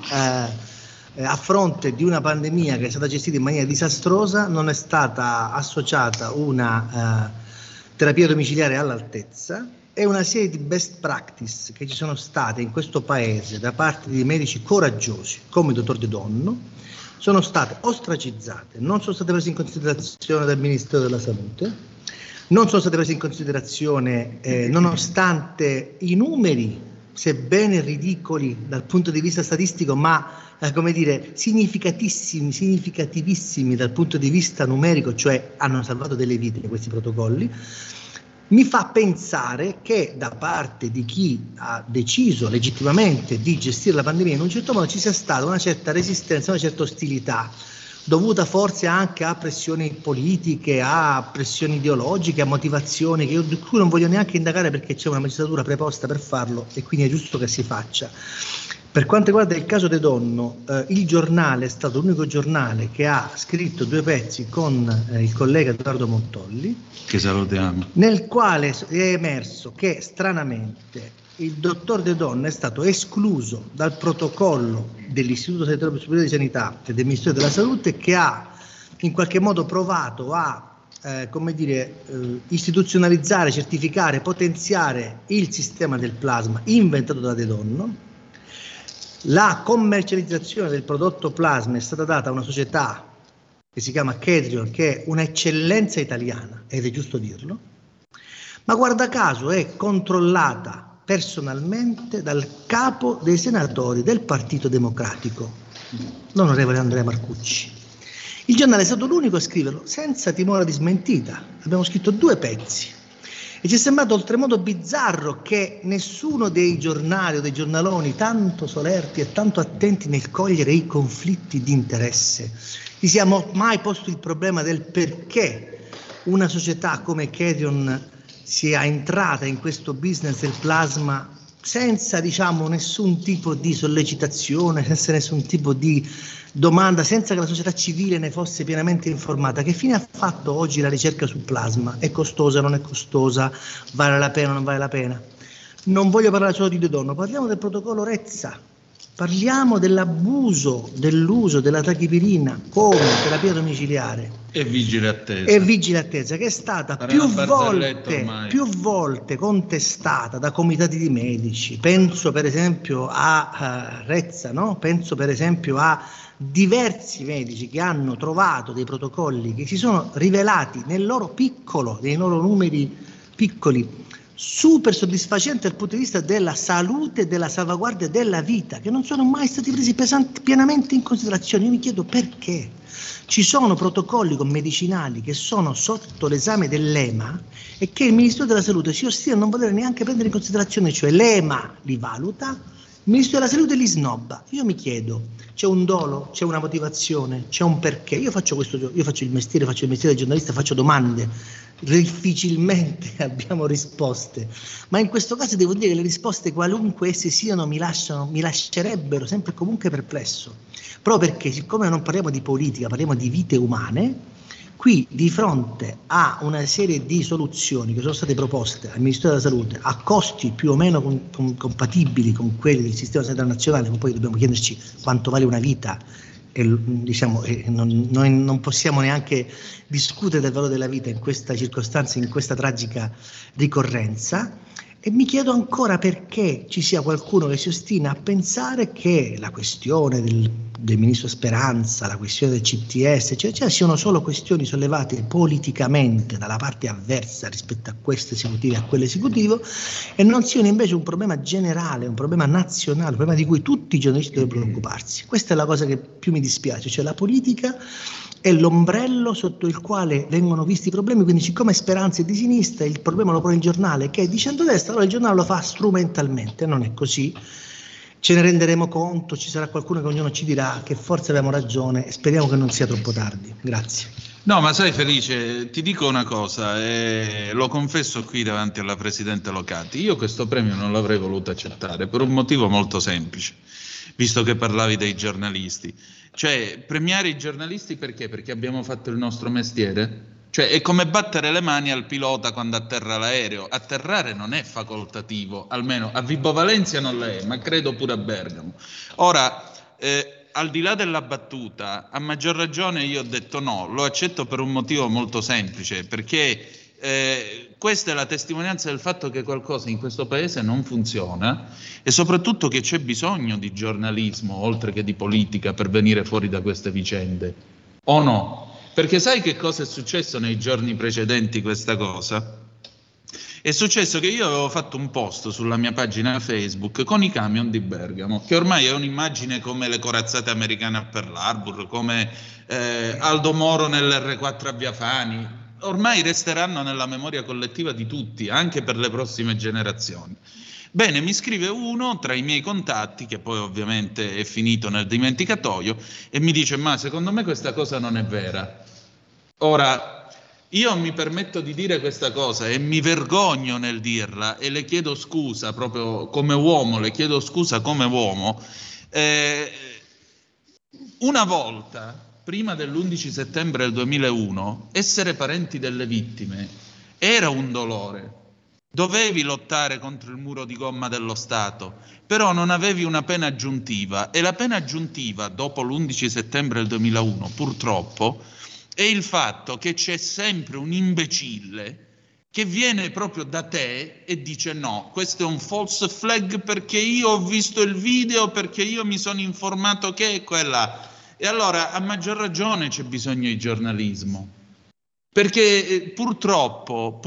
A fronte di una pandemia che è stata gestita in maniera disastrosa, non è stata associata una terapia domiciliare all'altezza, e una serie di best practice che ci sono state in questo paese da parte di medici coraggiosi come il dottor De Donno sono state ostracizzate, non sono state prese in considerazione dal Ministero della Salute, non sono state prese in considerazione nonostante i numeri, sebbene ridicoli dal punto di vista statistico, ma come dire significativissimi dal punto di vista numerico, cioè hanno salvato delle vite questi protocolli. Mi fa pensare che da parte di chi ha deciso legittimamente di gestire la pandemia in un certo modo ci sia stata una certa resistenza, una certa ostilità, dovuta forse anche a pressioni politiche, a pressioni ideologiche, a motivazioni di cui non voglio neanche indagare, perché c'è una magistratura preposta per farlo e quindi è giusto che si faccia. Per quanto riguarda il caso De Donno, il giornale è stato l'unico giornale che ha scritto 2 pezzi con il collega Edoardo Montolli, che salutiamo, nel quale è emerso che stranamente il dottor De Donno è stato escluso dal protocollo dell'Istituto Superiore di Sanità e del Ministero della Salute, che ha in qualche modo provato a istituzionalizzare, certificare, potenziare il sistema del plasma inventato da De Donno. La commercializzazione del prodotto plasma è stata data a una società che si chiama Kedrion, che è un'eccellenza italiana, ed è giusto dirlo, ma guarda caso è controllata personalmente dal capo dei senatori del Partito Democratico, l'onorevole Andrea Marcucci. Il giornale è stato l'unico a scriverlo senza timore di smentita. Abbiamo scritto 2 pezzi e ci è sembrato oltremodo bizzarro che nessuno dei giornali o dei giornaloni tanto solerti e tanto attenti nel cogliere i conflitti di interesse gli siamo mai posto il problema del perché una società come Kedrion sia entrata in questo business del plasma senza, diciamo, nessun tipo di sollecitazione, senza nessun tipo di domanda, senza che la società civile ne fosse pienamente informata. Che fine ha fatto oggi la ricerca sul plasma? È costosa, non è costosa? Vale la pena o non vale la pena? Non voglio parlare solo di De Donno, parliamo del protocollo Rezza, parliamo dell'abuso dell'uso della tachipirina come terapia domiciliare e vigile attesa. Che è stata più volte contestata da comitati di medici. Penso per esempio a Rezza, no? Penso per esempio a diversi medici che hanno trovato dei protocolli che si sono rivelati nel loro piccolo, nei loro numeri piccoli, super soddisfacenti dal punto di vista della salute e della salvaguardia della vita, che non sono mai stati presi pienamente in considerazione. Io mi chiedo perché. Ci sono protocolli medicinali che sono sotto l'esame dell'EMA e che il Ministero della Salute si ostina a non voler neanche prendere in considerazione, cioè l'EMA li valuta, il Ministero della Salute li snobba. Io mi chiedo, c'è un dolo, c'è una motivazione, c'è un perché? Io faccio il mestiere del giornalista, faccio domande, difficilmente abbiamo risposte, ma in questo caso devo dire che le risposte, qualunque esse siano, mi lascerebbero sempre e comunque perplesso, proprio perché siccome non parliamo di politica, parliamo di vite umane. Qui di fronte a una serie di soluzioni che sono state proposte al Ministero della Salute a costi più o meno compatibili con quelli del Sistema Sanitario Nazionale, ma poi dobbiamo chiederci quanto vale una vita e, noi non possiamo neanche discutere del valore della vita in questa circostanza, in questa tragica ricorrenza. E mi chiedo ancora perché ci sia qualcuno che si ostina a pensare che la questione del ministro Speranza, la questione del CTS, cioè siano solo questioni sollevate politicamente dalla parte avversa rispetto a questo esecutivo e a quell'esecutivo, e non siano invece un problema generale, un problema nazionale, un problema di cui tutti i giornalisti dovrebbero preoccuparsi. Questa è la cosa che più mi dispiace, cioè la politica è l'ombrello sotto il quale vengono visti i problemi, quindi siccome Speranza è di sinistra, il problema lo pone il giornale che è di centrodestra, allora il giornale lo fa strumentalmente. Non è così, ce ne renderemo conto, ci sarà qualcuno che ognuno ci dirà che forse abbiamo ragione e speriamo che non sia troppo tardi. Grazie. No, ma sai Felice, ti dico una cosa, lo confesso qui davanti alla Presidente Locati, io questo premio non l'avrei voluto accettare per un motivo molto semplice, visto che parlavi dei giornalisti. Cioè, premiare i giornalisti perché? Perché abbiamo fatto il nostro mestiere? Cioè, è come battere le mani al pilota quando atterra l'aereo. Atterrare non è facoltativo, almeno a Vibo Valentia non lo è, ma credo pure a Bergamo. Ora, al di là della battuta, a maggior ragione io ho detto no, lo accetto per un motivo molto semplice, perché questa è la testimonianza del fatto che qualcosa in questo paese non funziona e soprattutto che c'è bisogno di giornalismo oltre che di politica per venire fuori da queste vicende, o no? Perché sai che cosa è successo nei giorni precedenti questa cosa? È successo che io avevo fatto un post sulla mia pagina Facebook con i camion di Bergamo, che ormai è un'immagine come le corazzate americane a Pearl Harbor, come Aldo Moro nell'R4 a Via Fani. Ormai resteranno nella memoria collettiva di tutti, anche per le prossime generazioni. Bene, mi scrive uno tra i miei contatti, che poi ovviamente è finito nel dimenticatoio, e mi dice: ma secondo me questa cosa non è vera. Ora, io mi permetto di dire questa cosa e mi vergogno nel dirla e le chiedo scusa proprio come uomo, una volta, prima dell'11 settembre del 2001, essere parenti delle vittime era un dolore. Dovevi lottare contro il muro di gomma dello Stato, però non avevi una pena aggiuntiva, e la pena aggiuntiva dopo l'11 settembre del 2001 purtroppo è il fatto che c'è sempre un imbecille che viene proprio da te e dice no, questo è un false flag perché io ho visto il video, perché io mi sono informato che è quella. E allora a maggior ragione c'è bisogno di giornalismo, perché purtroppo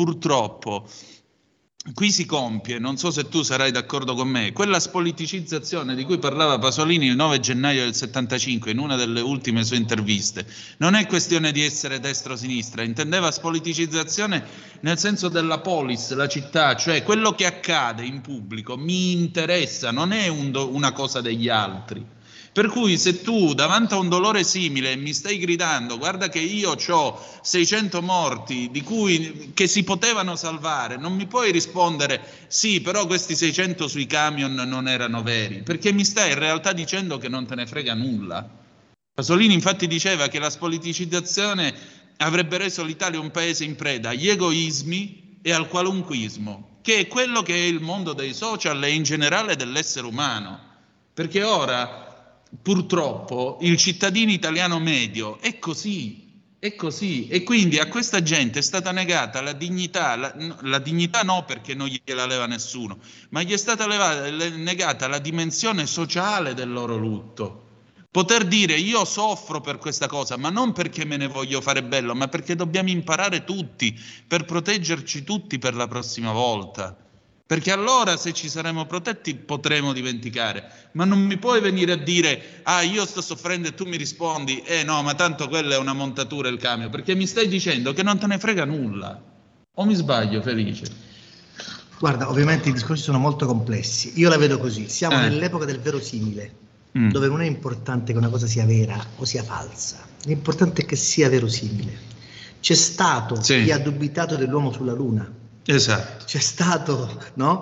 qui si compie, non so se tu sarai d'accordo con me, quella spoliticizzazione di cui parlava Pasolini il 9 gennaio del 75 in una delle ultime sue interviste. Non è questione di essere destra o sinistra, intendeva spoliticizzazione nel senso della polis, la città, cioè quello che accade in pubblico mi interessa, non è una cosa degli altri. Per cui se tu davanti a un dolore simile mi stai gridando guarda che io ho 600 morti che si potevano salvare, non mi puoi rispondere sì, però questi 600 sui camion non erano veri, perché mi stai in realtà dicendo che non te ne frega nulla. Pasolini infatti diceva che la spoliticizzazione avrebbe reso l'Italia un paese in preda agli egoismi e al qualunquismo, che è quello che è il mondo dei social e in generale dell'essere umano, perché ora purtroppo il cittadino italiano medio è così, e quindi a questa gente è stata negata la dignità, la dignità no perché non gliela leva nessuno, ma gli è stata negata la dimensione sociale del loro lutto. Poter dire io soffro per questa cosa, ma non perché me ne voglio fare bello, ma perché dobbiamo imparare tutti, per proteggerci tutti per la prossima volta. Perché allora se ci saremo protetti potremo dimenticare, ma non mi puoi venire a dire io sto soffrendo e tu mi rispondi no, ma tanto quella è una montatura il camion, perché mi stai dicendo che non te ne frega nulla. O mi sbaglio, Felice? Guarda, ovviamente i discorsi sono molto complessi, io la vedo così, siamo nell'epoca del verosimile, dove non è importante che una cosa sia vera o sia falsa, l'importante è che sia verosimile. C'è stato chi ha dubitato dell'uomo sulla Luna. Esatto. C'è stato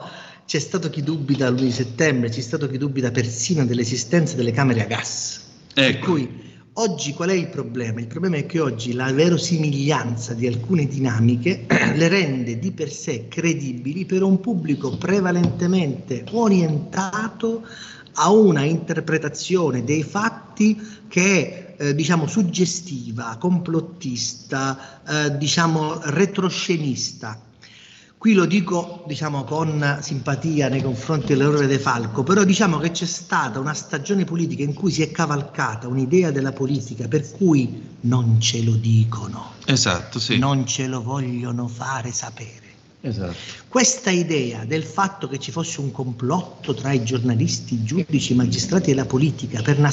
chi dubita l'11 settembre, c'è stato chi dubita persino dell'esistenza delle camere a gas. Per cui oggi qual è il problema? Il problema è che oggi la verosimiglianza di alcune dinamiche le rende di per sé credibili per un pubblico prevalentemente orientato a una interpretazione dei fatti che è suggestiva, complottista, retroscenista. Qui lo dico con simpatia nei confronti dell'errore De Falco, però che c'è stata una stagione politica in cui si è cavalcata un'idea della politica per cui non ce lo dicono, non ce lo vogliono fare sapere. Questa idea del fatto che ci fosse un complotto tra i giornalisti, i giudici, i magistrati e la politica per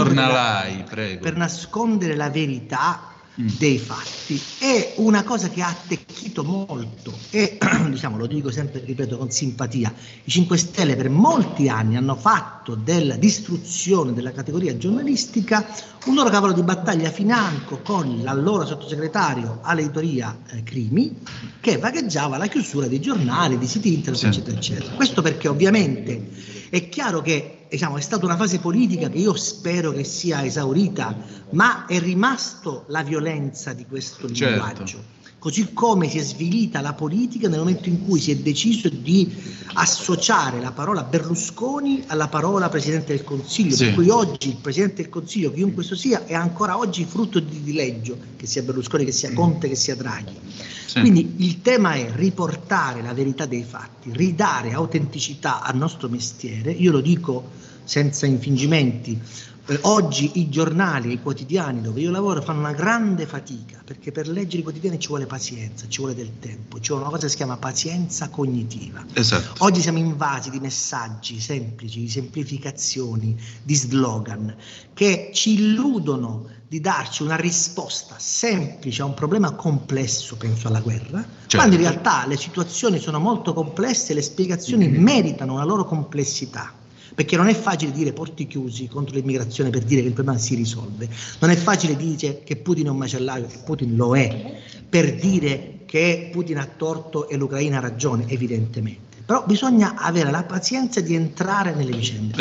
nascondere la verità dei fatti è una cosa che ha attecchito molto e lo dico sempre, ripeto, con simpatia, i 5 Stelle per molti anni hanno fatto della distruzione della categoria giornalistica un loro cavallo di battaglia financo con l'allora sottosegretario all'editoria Crimi, che vagheggiava la chiusura dei giornali, di siti internet, eccetera eccetera. Questo perché ovviamente è chiaro che è stata una fase politica che io spero che sia esaurita, ma è rimasto la violenza di questo linguaggio. Così come si è svilita la politica nel momento in cui si è deciso di associare la parola Berlusconi alla parola Presidente del Consiglio, per cui oggi il Presidente del Consiglio, chiunque esso sia, è ancora oggi frutto di dileggio, che sia Berlusconi, che sia Conte, che sia Draghi. Quindi il tema è riportare la verità dei fatti, ridare autenticità al nostro mestiere. Io lo dico senza infingimenti, oggi i giornali e i quotidiani dove io lavoro fanno una grande fatica, perché per leggere i quotidiani ci vuole pazienza, ci vuole del tempo, ci vuole una cosa che si chiama pazienza cognitiva. Oggi siamo invasi di messaggi semplici, di semplificazioni, di slogan che ci illudono di darci una risposta semplice a un problema complesso, penso alla guerra, quando in realtà le situazioni sono molto complesse e le spiegazioni meritano una loro complessità. Perché non è facile dire porti chiusi contro l'immigrazione per dire che il problema si risolve, non è facile dire che Putin è un macellaio, che Putin lo è, per dire che Putin ha torto e l'Ucraina ha ragione, evidentemente. Però bisogna avere la pazienza di entrare nelle vicende.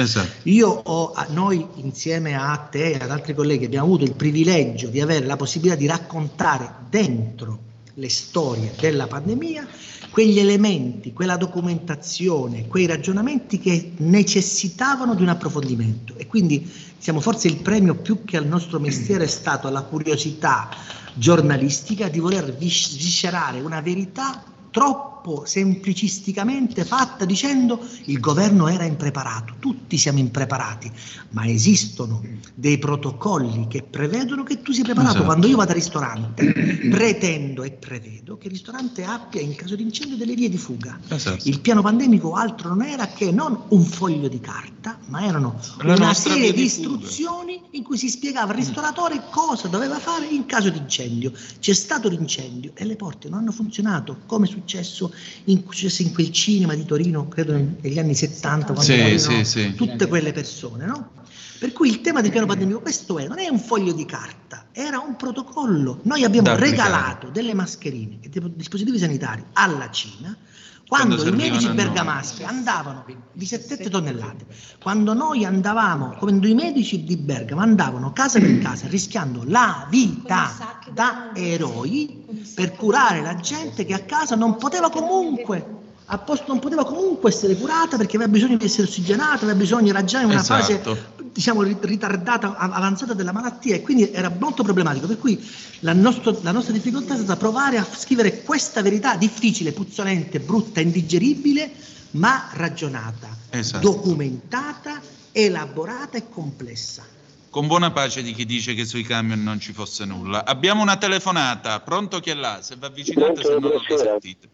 Noi insieme a te e ad altri colleghi abbiamo avuto il privilegio di avere la possibilità di raccontare dentro le storie della pandemia, quegli elementi, quella documentazione, quei ragionamenti che necessitavano di un approfondimento. E quindi forse il premio più che al nostro mestiere è stato la curiosità giornalistica di voler viscerare una verità troppo semplicisticamente fatta dicendo il governo era impreparato, tutti siamo impreparati, ma esistono dei protocolli che prevedono che tu sia preparato. Esatto. Quando io vado al ristorante pretendo e prevedo che il ristorante abbia in caso di incendio delle vie di fuga. Esatto. Il piano pandemico altro non era che non un foglio di carta, ma erano La una nostra serie via di di fuga. istruzioni in cui si spiegava al ristoratore cosa doveva fare in caso di incendio. C'è stato l'incendio e le porte non hanno funzionato, come è successo in quel cinema di Torino, credo negli anni 70, quando morirono tutte quelle persone, no? Per cui il tema del piano pandemico questo è, non è un foglio di carta, era un protocollo. Noi abbiamo regalato delle mascherine e dei dispositivi sanitari alla Cina quando i medici bergamaschi andavano di 7 tonnellate, quando noi andavamo, quando i medici di Bergamo andavano casa per casa rischiando la vita da eroi per curare la gente che a casa non poteva comunque essere curata perché aveva bisogno di essere ossigenata, aveva bisogno, era già in una fase ritardata, avanzata della malattia, e quindi era molto problematico. Per cui la nostra difficoltà è stata provare a scrivere questa verità difficile, puzzolente, brutta, indigeribile, ma ragionata, documentata, elaborata e complessa. Con buona pace di chi dice che sui camion non ci fosse nulla. Abbiamo una telefonata. Pronto, chi è là? Se vi avvicinate, se no non lo sentite.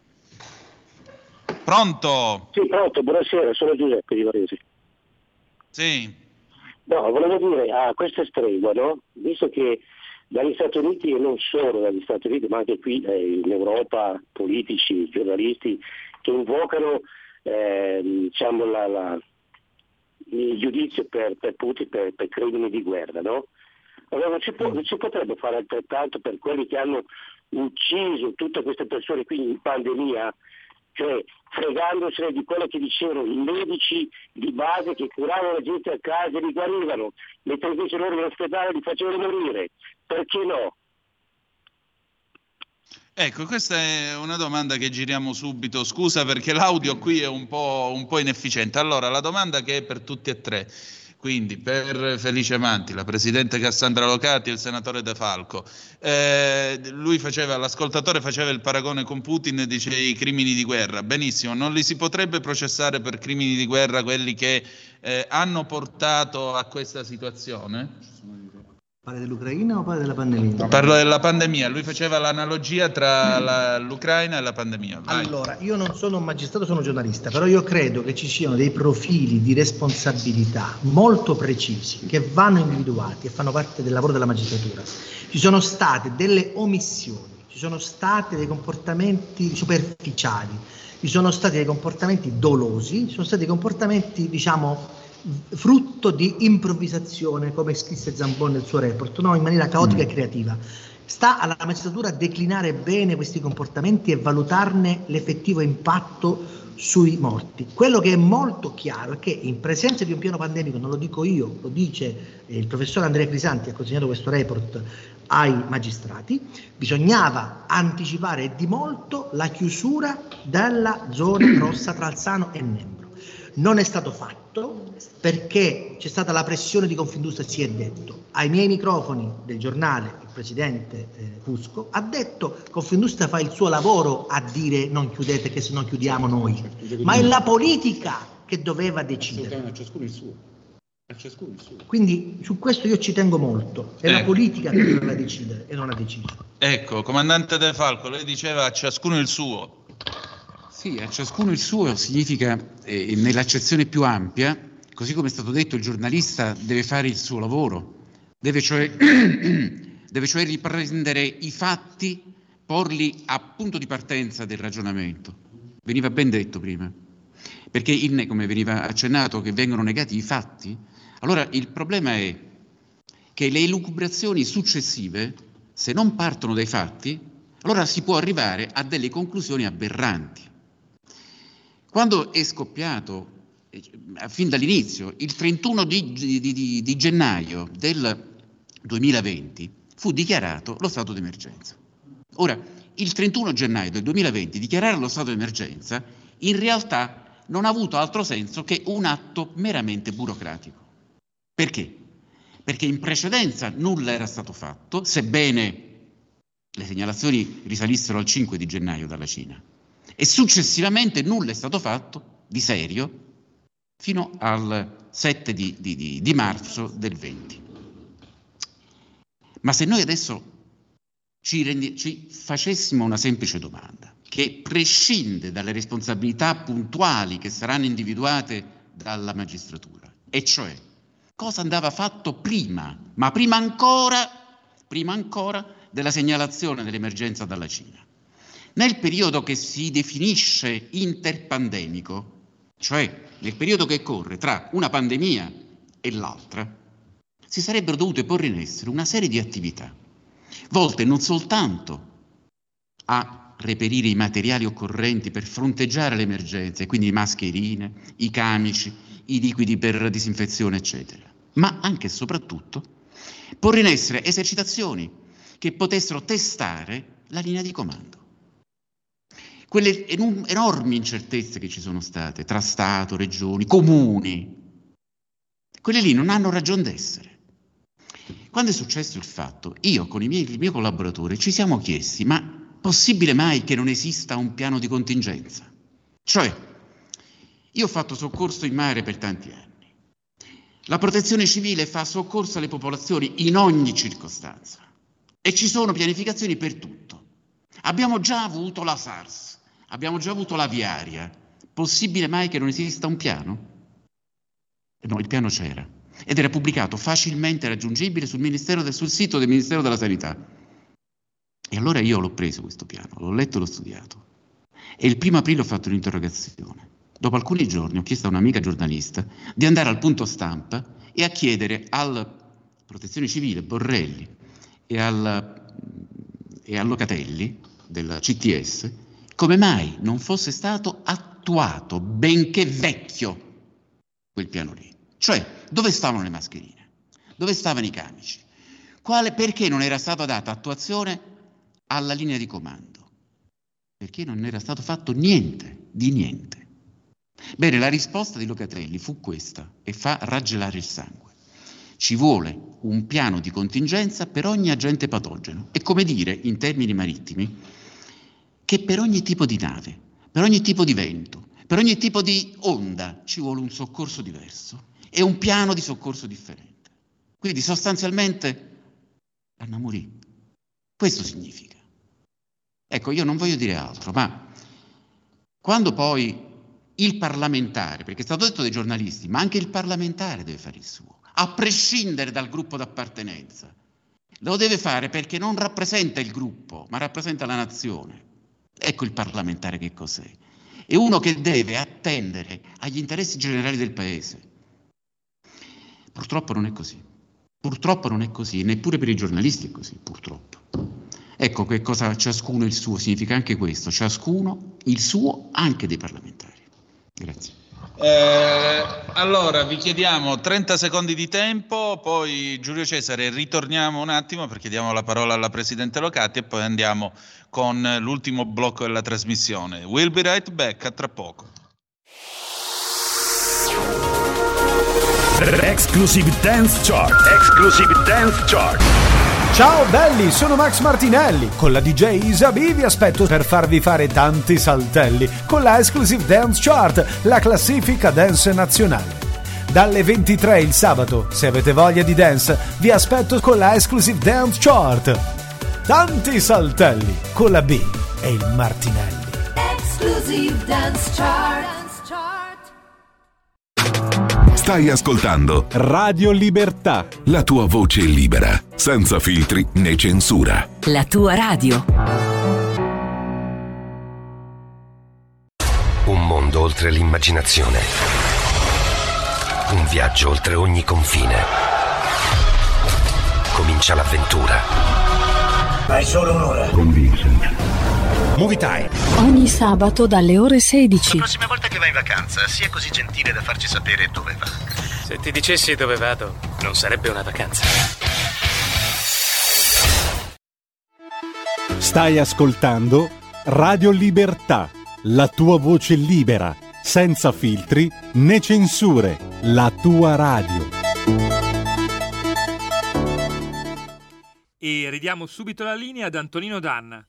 Pronto? Sì, pronto, buonasera, sono Giuseppe di Varese. Sì. No, volevo dire a questa stregua, no? Visto che dagli Stati Uniti, e non solo dagli Stati Uniti, ma anche qui in Europa, politici, giornalisti che invocano diciamo il giudizio per Putin per crimini di guerra, no? Allora non ci potrebbe fare altrettanto per quelli che hanno ucciso tutte queste persone qui in pandemia, cioè fregandosene di quello che dicevano i medici di base che curavano la gente a casa e li guarivano, mentre invece loro in ospedale li facevano morire. Perché no? Ecco, questa è una domanda che giriamo subito. Scusa perché l'audio qui è un po' inefficiente. Allora, la domanda che è per tutti e tre, quindi per Felice Manti, la presidente Cassandra Locati e il senatore De Falco, l'ascoltatore faceva il paragone con Putin e dice i crimini di guerra. Benissimo, non li si potrebbe processare per crimini di guerra quelli che hanno portato a questa situazione? Parli dell'Ucraina o parli della pandemia? Parlo della pandemia, lui faceva l'analogia tra l'Ucraina e la pandemia. Vai. Allora, io non sono un magistrato, sono giornalista, però io credo che ci siano dei profili di responsabilità molto precisi che vanno individuati e fanno parte del lavoro della magistratura. Ci sono state delle omissioni, ci sono stati dei comportamenti superficiali, ci sono stati dei comportamenti dolosi, ci sono stati dei comportamenti, diciamo, frutto di improvvisazione, come scrisse Zambon nel suo report, no? In maniera caotica e creativa. Sta alla magistratura declinare bene questi comportamenti e valutarne l'effettivo impatto sui morti. Quello che è molto chiaro è che in presenza di un piano pandemico, non lo dico io, lo dice il professor Andrea Crisanti, ha consegnato questo report ai magistrati, bisognava anticipare e di molto la chiusura della zona rossa tra Alzano e Nembro. Non è stato fatto perché c'è stata la pressione di Confindustria, si è detto. Ai miei microfoni del giornale il presidente Fusco ha detto Confindustria fa il suo lavoro a dire non chiudete che se no chiudiamo noi, ma è la politica che doveva decidere. A ciascuno il suo. A ciascuno il suo. Quindi su questo io ci tengo molto, è la politica che doveva decidere e non ha deciso. Ecco, comandante De Falco, lei diceva a ciascuno il suo. Sì, a ciascuno il suo significa, nell'accezione più ampia, così come è stato detto, il giornalista deve fare il suo lavoro, deve cioè riprendere i fatti, porli a punto di partenza del ragionamento. Veniva ben detto prima, perché come veniva accennato che vengono negati i fatti, allora il problema è che le elucubrazioni successive, se non partono dai fatti, allora si può arrivare a delle conclusioni aberranti. Quando è scoppiato, fin dall'inizio, il 31 di gennaio del 2020, fu dichiarato lo stato d'emergenza. Ora, il 31 gennaio del 2020 dichiarare lo stato di emergenza in realtà non ha avuto altro senso che un atto meramente burocratico. Perché? Perché in precedenza nulla era stato fatto, sebbene le segnalazioni risalissero al 5 di gennaio dalla Cina, e successivamente nulla è stato fatto di serio fino al 7 di marzo del 20. Ma se noi adesso ci facessimo una semplice domanda, che prescinde dalle responsabilità puntuali che saranno individuate dalla magistratura, e cioè cosa andava fatto prima, ma prima ancora della segnalazione dell'emergenza dalla Cina. Nel periodo che si definisce interpandemico, cioè nel periodo che corre tra una pandemia e l'altra, si sarebbero dovute porre in essere una serie di attività, volte non soltanto a reperire i materiali occorrenti per fronteggiare l'emergenza, e quindi le mascherine, i camici, i liquidi per disinfezione, eccetera, ma anche e soprattutto porre in essere esercitazioni che potessero testare la linea di comando. Quelle enormi incertezze che ci sono state tra Stato, regioni, comuni, quelle lì non hanno ragion d'essere. Quando è successo il fatto, io con il mio collaboratore ci siamo chiesti, ma possibile mai che non esista un piano di contingenza? Cioè, io ho fatto soccorso in mare per tanti anni. La protezione civile fa soccorso alle popolazioni in ogni circostanza e ci sono pianificazioni per tutto. Abbiamo già avuto la SARS, abbiamo già avuto l'aviaria. Possibile mai che non esista un piano? No, il piano c'era ed era pubblicato facilmente raggiungibile sul sito del Ministero della Sanità. E allora io l'ho preso questo piano, l'ho letto e l'ho studiato. E il 1 aprile ho fatto un'interrogazione. Dopo alcuni giorni ho chiesto a un'amica giornalista di andare al punto stampa e a chiedere alla Protezione Civile, Borrelli, e al Locatelli del CTS come mai non fosse stato attuato, benché vecchio, quel piano lì. Cioè, dove stavano le mascherine? Dove stavano i camici? Perché non era stata data attuazione alla linea di comando? Perché non era stato fatto niente, di niente. Bene, la risposta di Locatelli fu questa e fa raggelare il sangue. Ci vuole un piano di contingenza per ogni agente patogeno. È come dire, in termini marittimi, che per ogni tipo di nave, per ogni tipo di vento, per ogni tipo di onda ci vuole un soccorso diverso e un piano di soccorso differente. Quindi sostanzialmente Anna morì. Questo significa. Ecco, io non voglio dire altro, ma quando poi il parlamentare, perché è stato detto dai giornalisti, ma anche il parlamentare deve fare il suo, a prescindere dal gruppo d'appartenenza, lo deve fare perché non rappresenta il gruppo, ma rappresenta la nazione. Ecco il parlamentare che cos'è. È uno che deve attendere agli interessi generali del Paese. Purtroppo non è così. Purtroppo non è così, neppure per i giornalisti è così, purtroppo. Ecco che cosa ciascuno il suo, significa anche questo, ciascuno il suo, anche dei parlamentari. Grazie. Allora vi chiediamo 30 secondi di tempo, poi Giulio Cesare ritorniamo un attimo perché diamo la parola alla Presidente Locati e poi andiamo con l'ultimo blocco della trasmissione. We'll be right back, a tra poco. Exclusive Dance Chart. Exclusive Dance Chart. Ciao belli, sono Max Martinelli. Con la DJ Isabi vi aspetto per farvi fare tanti saltelli con la Exclusive Dance Chart, la classifica dance nazionale. Dalle 23 il sabato, se avete voglia di dance, vi aspetto con la Exclusive Dance Chart. Tanti saltelli con la B e il Martinelli. Exclusive Dance Chart. Stai ascoltando Radio Libertà, la tua voce libera, senza filtri né censura. La tua radio. Un mondo oltre l'immaginazione. Un viaggio oltre ogni confine. Comincia l'avventura. Hai solo un'ora. Con Vincent. Movie Time. Ogni sabato dalle ore 16. La prossima volta che vai in vacanza, sia così gentile da farci sapere dove va. Se ti dicessi dove vado, non sarebbe una vacanza. Stai ascoltando Radio Libertà, la tua voce libera, senza filtri né censure, la tua radio. E ridiamo subito la linea ad Antonino Danna.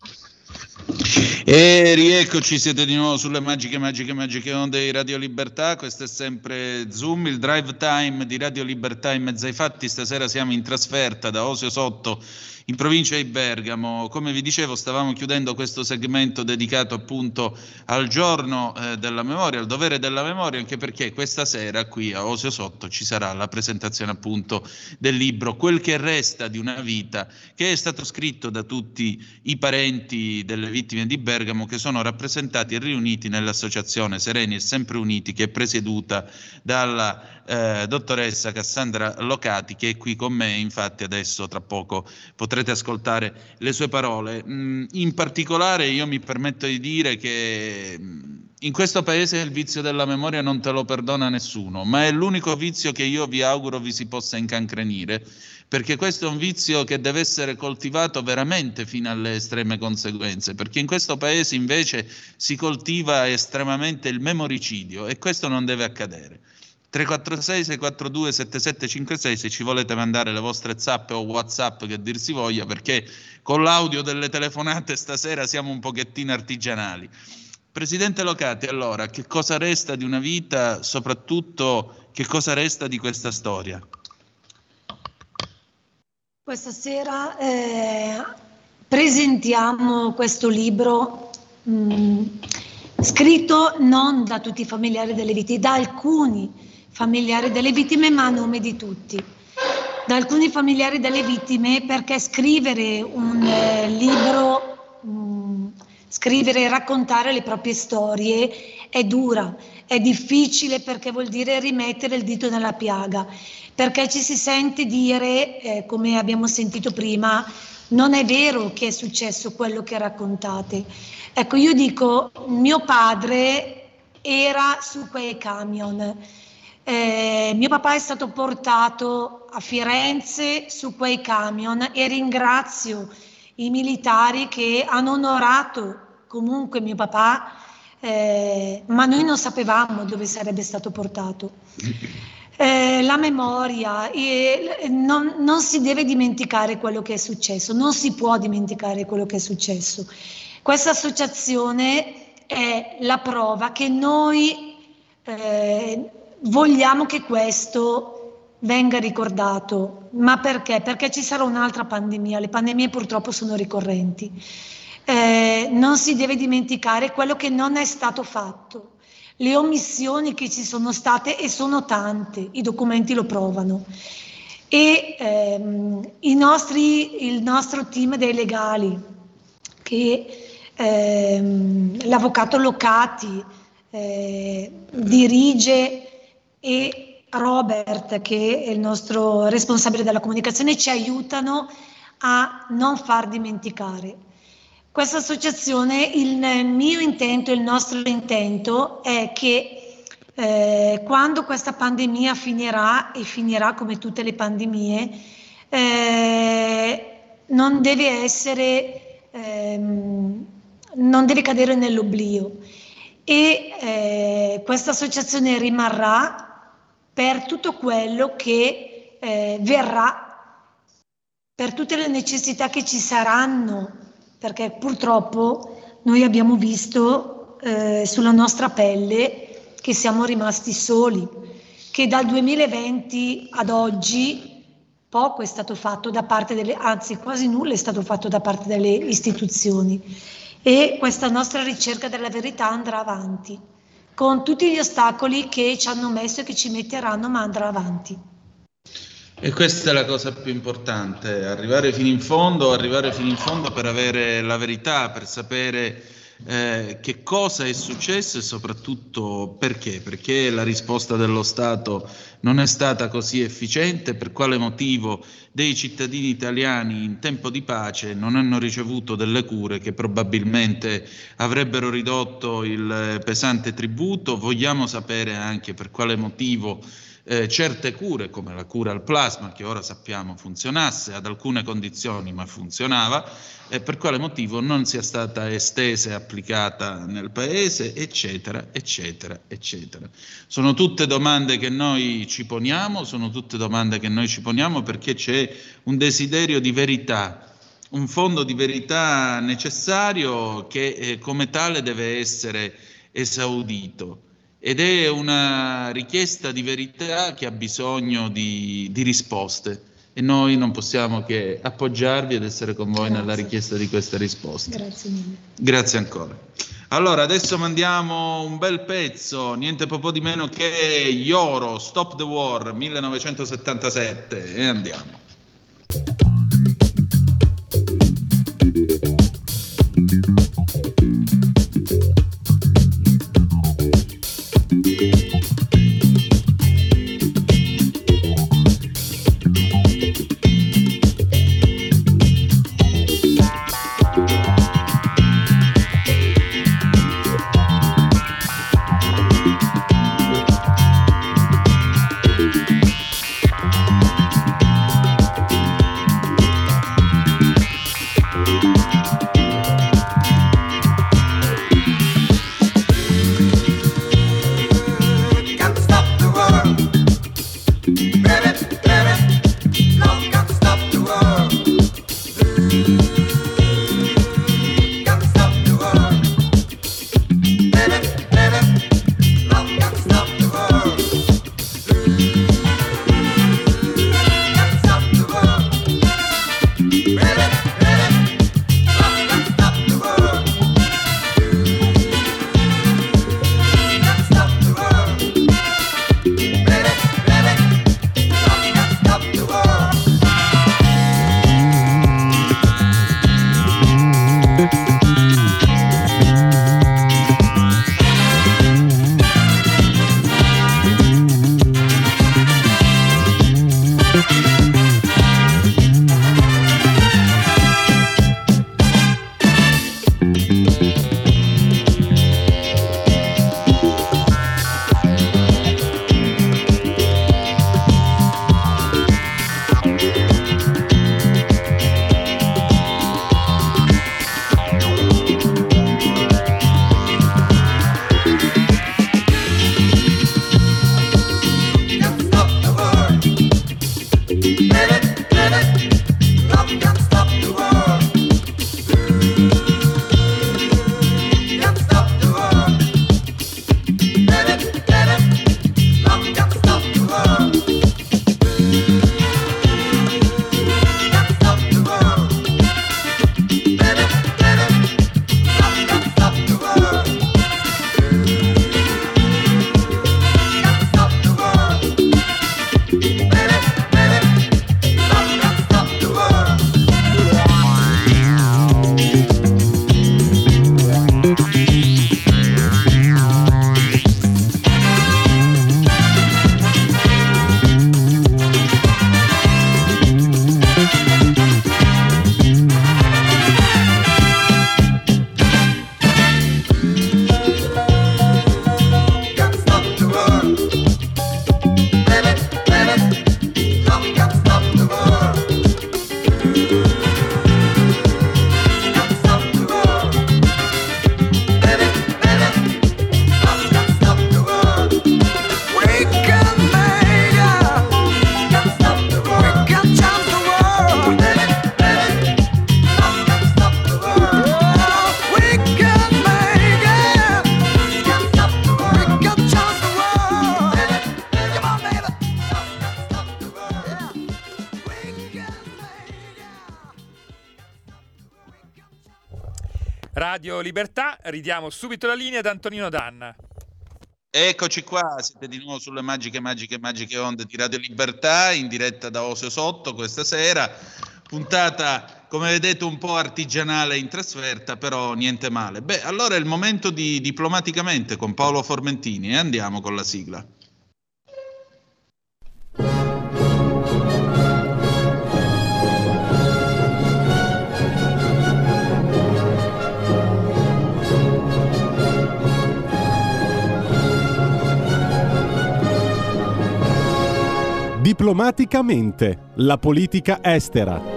E rieccoci, siete di nuovo sulle magiche onde di Radio Libertà. Questo è sempre Zoom, il drive time di Radio Libertà in mezzo ai fatti. Stasera siamo in trasferta da Osio Sotto, in provincia di Bergamo. Come vi dicevo, stavamo chiudendo questo segmento dedicato appunto al giorno della memoria, al dovere della memoria, anche perché questa sera qui a Osio Sotto ci sarà la presentazione appunto del libro Quel che resta di una vita, che è stato scritto da tutti i parenti delle vittime di Bergamo, che sono rappresentati e riuniti nell'associazione Sereni e Sempre Uniti, che è presieduta dalla dottoressa Cassandra Locati, che è qui con me. Infatti adesso tra poco potrete ascoltare le sue parole. In particolare io mi permetto di dire che in questo paese il vizio della memoria non te lo perdona nessuno, ma è l'unico vizio che io vi auguro vi si possa incancrenire, perché questo è un vizio che deve essere coltivato veramente fino alle estreme conseguenze, perché in questo paese invece si coltiva estremamente il memoricidio e questo non deve accadere. 346-642-7756 se ci volete mandare le vostre zappe o WhatsApp, che dir si voglia, perché con l'audio delle telefonate stasera siamo un pochettino artigianali. Presidente Locati, allora, che cosa resta di una vita, soprattutto che cosa resta di questa storia? Questa sera presentiamo questo libro scritto non da tutti i familiari delle vittime, da alcuni familiari delle vittime, ma a nome di tutti. Da alcuni familiari delle vittime, perché scrivere un libro, scrivere e raccontare le proprie storie è dura, è difficile, perché vuol dire rimettere il dito nella piaga, perché ci si sente dire, come abbiamo sentito prima, non è vero che è successo quello che raccontate. Ecco, io dico, mio padre era su quei camion. Mio papà è stato portato a Firenze su quei camion e ringrazio i militari che hanno onorato comunque mio papà, ma noi non sapevamo dove sarebbe stato portato. La memoria, non si deve dimenticare quello che è successo, non si può dimenticare quello che è successo. Questa associazione è la prova che noi vogliamo che questo venga ricordato. Ma perché? Perché ci sarà un'altra pandemia, le pandemie purtroppo sono ricorrenti. Non si deve dimenticare quello che non è stato fatto, le omissioni che ci sono state, e sono tante, i documenti lo provano. E il nostro team dei legali, che l'avvocato Locati dirige, e Robert, che è il nostro responsabile della comunicazione, ci aiutano a non far dimenticare. Questa associazione, il mio intento, il nostro intento è che quando questa pandemia finirà, e finirà come tutte le pandemie, non deve cadere nell'oblio, e questa associazione rimarrà per tutto quello che verrà, per tutte le necessità che ci saranno, perché purtroppo noi abbiamo visto sulla nostra pelle che siamo rimasti soli, che dal 2020 ad oggi poco è stato fatto da parte anzi quasi nulla è stato fatto da parte delle istituzioni, e questa nostra ricerca della verità andrà avanti con tutti gli ostacoli che ci hanno messo e che ci metteranno, ma andrà avanti. E questa è la cosa più importante, arrivare fino in fondo per avere la verità, per sapere che cosa è successo e soprattutto perché la risposta dello Stato non è stata così efficiente, per quale motivo dei cittadini italiani in tempo di pace non hanno ricevuto delle cure che probabilmente avrebbero ridotto il pesante tributo. Vogliamo sapere anche per quale motivo certe cure, come la cura al plasma, che ora sappiamo funzionasse ad alcune condizioni, ma funzionava, e per quale motivo non sia stata estesa e applicata nel paese, eccetera, eccetera, eccetera. Sono tutte domande che noi ci poniamo, perché c'è un desiderio di verità, un fondo di verità necessario che come tale deve essere esaudito. Ed è una richiesta di verità che ha bisogno di risposte, e noi non possiamo che appoggiarvi ed essere con voi nella richiesta di queste risposte. Grazie mille. Grazie ancora. Allora, adesso mandiamo un bel pezzo, niente po' di meno che Yoro, Stop the War, 1977, e andiamo. Radio Libertà, ridiamo subito la linea ad Antonino Danna. Eccoci qua, siete di nuovo sulle magiche onde di Radio Libertà, in diretta da Osio Sotto questa sera, puntata come vedete un po' artigianale in trasferta, però niente male. Beh, allora è il momento di Diplomaticamente con Paolo Formentini e andiamo con la sigla. Diplomaticamente, la politica estera.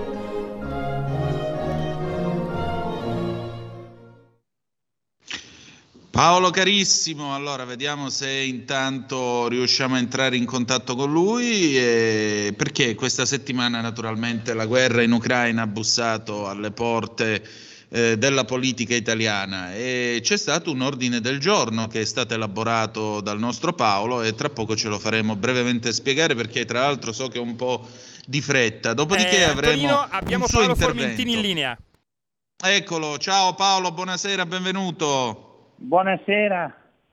Paolo carissimo, allora vediamo se intanto riusciamo a entrare in contatto con lui, perché questa settimana naturalmente la guerra in Ucraina ha bussato alle porte della politica italiana e c'è stato un ordine del giorno che è stato elaborato dal nostro Paolo e tra poco ce lo faremo brevemente spiegare, perché tra l'altro so che è un po' di fretta, dopodiché avremo abbiamo un suo Paolo intervento. Formentini in linea. Eccolo, ciao Paolo, buonasera, benvenuto. Buonasera.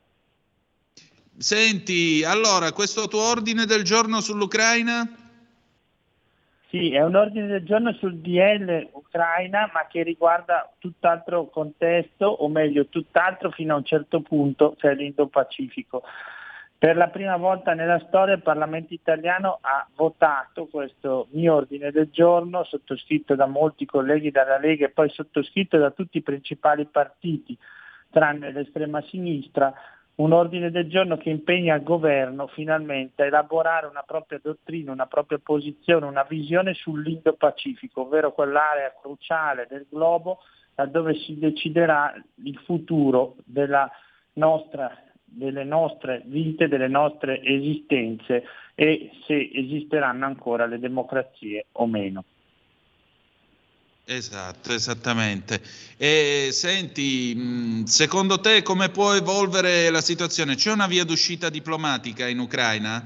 Senti, allora, questo tuo ordine del giorno sull'Ucraina? Sì, è un ordine del giorno sul DL Ucraina, ma che riguarda tutt'altro contesto, o meglio, tutt'altro fino a un certo punto, cioè l'Indo-Pacifico. Per la prima volta nella storia il Parlamento italiano ha votato questo mio ordine del giorno, sottoscritto da molti colleghi della Lega e poi sottoscritto da tutti i principali partiti, tranne l'estrema sinistra, un ordine del giorno che impegna il governo finalmente a elaborare una propria dottrina, una propria posizione, una visione sull'Indo-Pacifico, ovvero quell'area cruciale del globo dove si deciderà il futuro delle nostre vite, delle nostre esistenze e se esisteranno ancora le democrazie o meno. Esatto, esattamente. E senti, secondo te come può evolvere la situazione? C'è una via d'uscita diplomatica in Ucraina?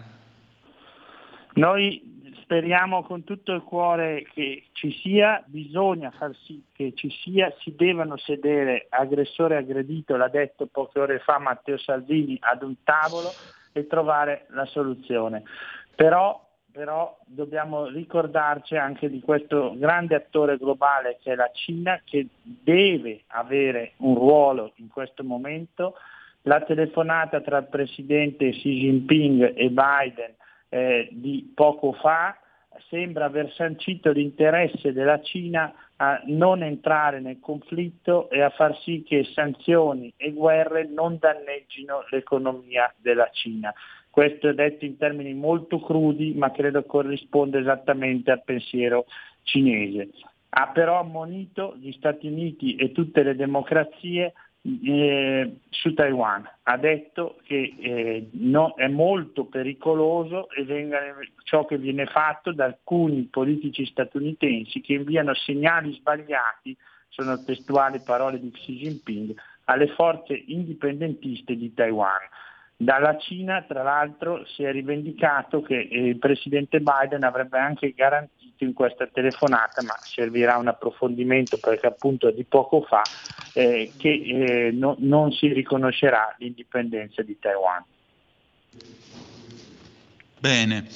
Noi speriamo con tutto il cuore che ci sia, bisogna far sì che ci sia, si devono sedere aggressore e aggredito, l'ha detto poche ore fa Matteo Salvini, ad un tavolo e trovare la soluzione. Però dobbiamo ricordarci anche di questo grande attore globale che è la Cina, che deve avere un ruolo in questo momento. La telefonata tra il presidente Xi Jinping e Biden di poco fa sembra aver sancito l'interesse della Cina a non entrare nel conflitto e a far sì che sanzioni e guerre non danneggino l'economia della Cina. Questo è detto in termini molto crudi, ma credo corrisponda esattamente al pensiero cinese. Ha però ammonito gli Stati Uniti e tutte le democrazie su Taiwan. Ha detto che è molto pericoloso ciò che viene fatto da alcuni politici statunitensi che inviano segnali sbagliati, sono testuali parole di Xi Jinping, alle forze indipendentiste di Taiwan. Dalla Cina, tra l'altro, si è rivendicato che il presidente Biden avrebbe anche garantito in questa telefonata, ma servirà un approfondimento perché appunto è di poco fa, che non si riconoscerà l'indipendenza di Taiwan. Bene.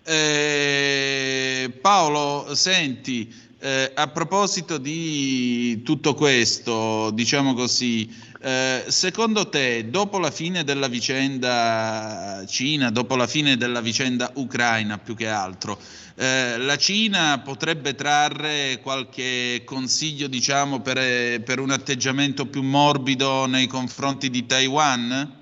Paolo, senti, a proposito di tutto questo, diciamo così, secondo te, dopo la fine della vicenda Cina, dopo la fine della vicenda Ucraina più che altro, la Cina potrebbe trarre qualche consiglio, diciamo, per un atteggiamento più morbido nei confronti di Taiwan?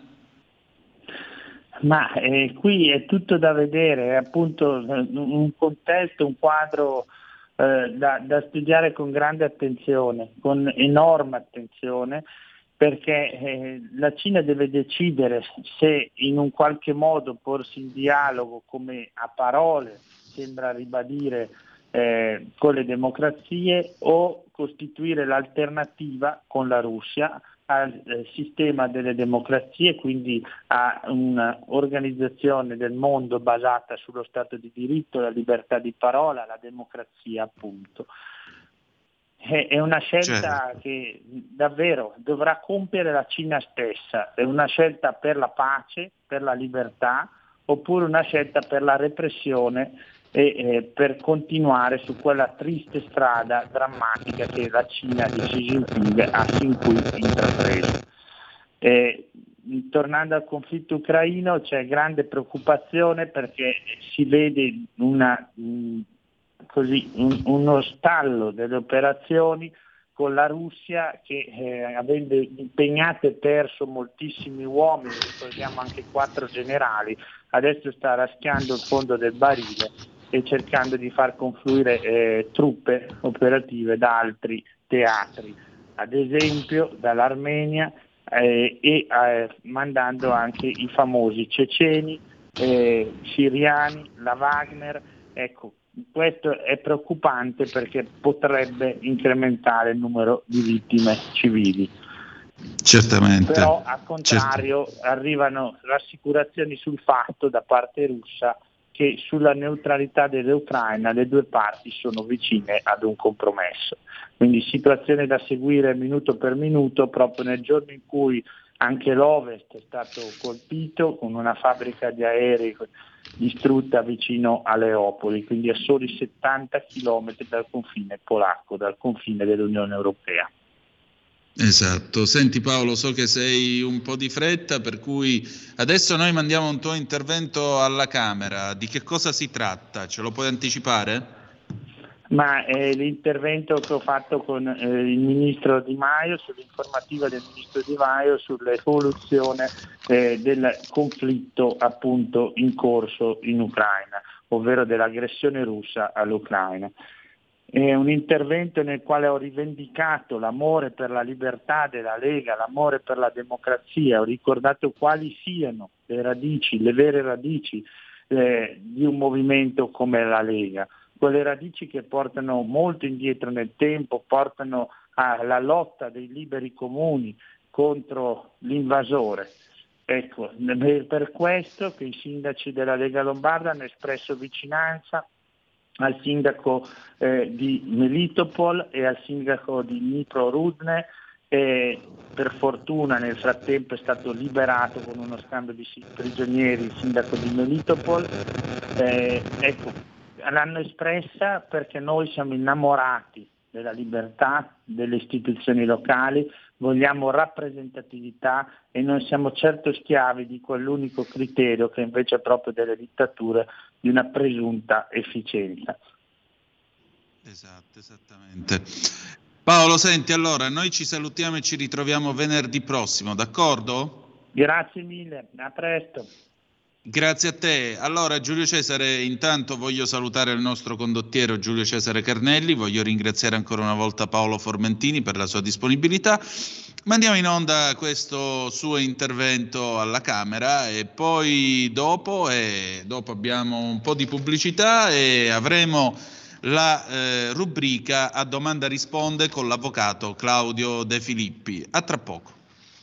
Ma qui è tutto da vedere, è appunto un contesto, un quadro da studiare con grande attenzione, con enorme attenzione, perché la Cina deve decidere se in un qualche modo porsi in dialogo, come a parole sembra ribadire, con le democrazie, o costituire l'alternativa con la Russia al sistema delle democrazie, quindi a un'organizzazione del mondo basata sullo Stato di diritto, la libertà di parola, la democrazia appunto. È una scelta che davvero dovrà compiere la Cina stessa, è una scelta per la pace, per la libertà, oppure una scelta per la repressione e per continuare su quella triste strada drammatica che la Cina di Xi Jinping ha sin qui intrapreso. Tornando al conflitto ucraino, c'è grande preoccupazione perché si vede uno stallo delle operazioni con la Russia che avendo impegnato e perso moltissimi uomini, ricordiamo anche 4 generali, adesso sta raschiando il fondo del barile e cercando di far confluire truppe operative da altri teatri, ad esempio dall'Armenia, e mandando anche i famosi ceceni, siriani, la Wagner. Ecco, questo è preoccupante perché potrebbe incrementare il numero di vittime civili. Certamente. Però al contrario arrivano rassicurazioni sul fatto da parte russa che sulla neutralità dell'Ucraina le due parti sono vicine ad un compromesso. Quindi situazione da seguire minuto per minuto, proprio nel giorno in cui anche l'Ovest è stato colpito con una fabbrica di aerei distrutta vicino a Leopoli, quindi a soli 70 chilometri dal confine polacco, dal confine dell'Unione Europea. Esatto. Senti Paolo, so che sei un po' di fretta, per cui adesso noi mandiamo un tuo intervento alla Camera. Di che cosa si tratta? Ce lo puoi anticipare? Ma l'intervento che ho fatto con il ministro Di Maio, sull'informativa del ministro Di Maio sull'evoluzione del conflitto appunto in corso in Ucraina, ovvero dell'aggressione russa all'Ucraina. È un intervento nel quale ho rivendicato l'amore per la libertà della Lega, l'amore per la democrazia, ho ricordato quali siano le radici, le vere radici di un movimento come la Lega, quelle radici che portano molto indietro nel tempo, portano alla lotta dei liberi comuni contro l'invasore. Ecco, è per questo che i sindaci della Lega Lombarda hanno espresso vicinanza al sindaco di Melitopol e al sindaco di Dnipro-Rudne. Per fortuna nel frattempo è stato liberato con uno scambio di prigionieri il sindaco di Melitopol. Ecco, l'hanno espressa perché noi siamo innamorati della libertà, delle istituzioni locali, vogliamo rappresentatività e non siamo certo schiavi di quell'unico criterio che invece è proprio delle dittature di una presunta efficienza. Esatto, esattamente. Paolo, senti, allora noi ci salutiamo e ci ritroviamo venerdì prossimo, d'accordo? Grazie mille, a presto. Grazie a te. Allora Giulio Cesare, intanto voglio salutare il nostro condottiero Giulio Cesare Carnelli, voglio ringraziare ancora una volta Paolo Formentini per la sua disponibilità. Mandiamo in onda questo suo intervento alla Camera e poi dopo abbiamo un po' di pubblicità e avremo la rubrica A domanda risponde con l'avvocato Claudio De Filippi. A tra poco.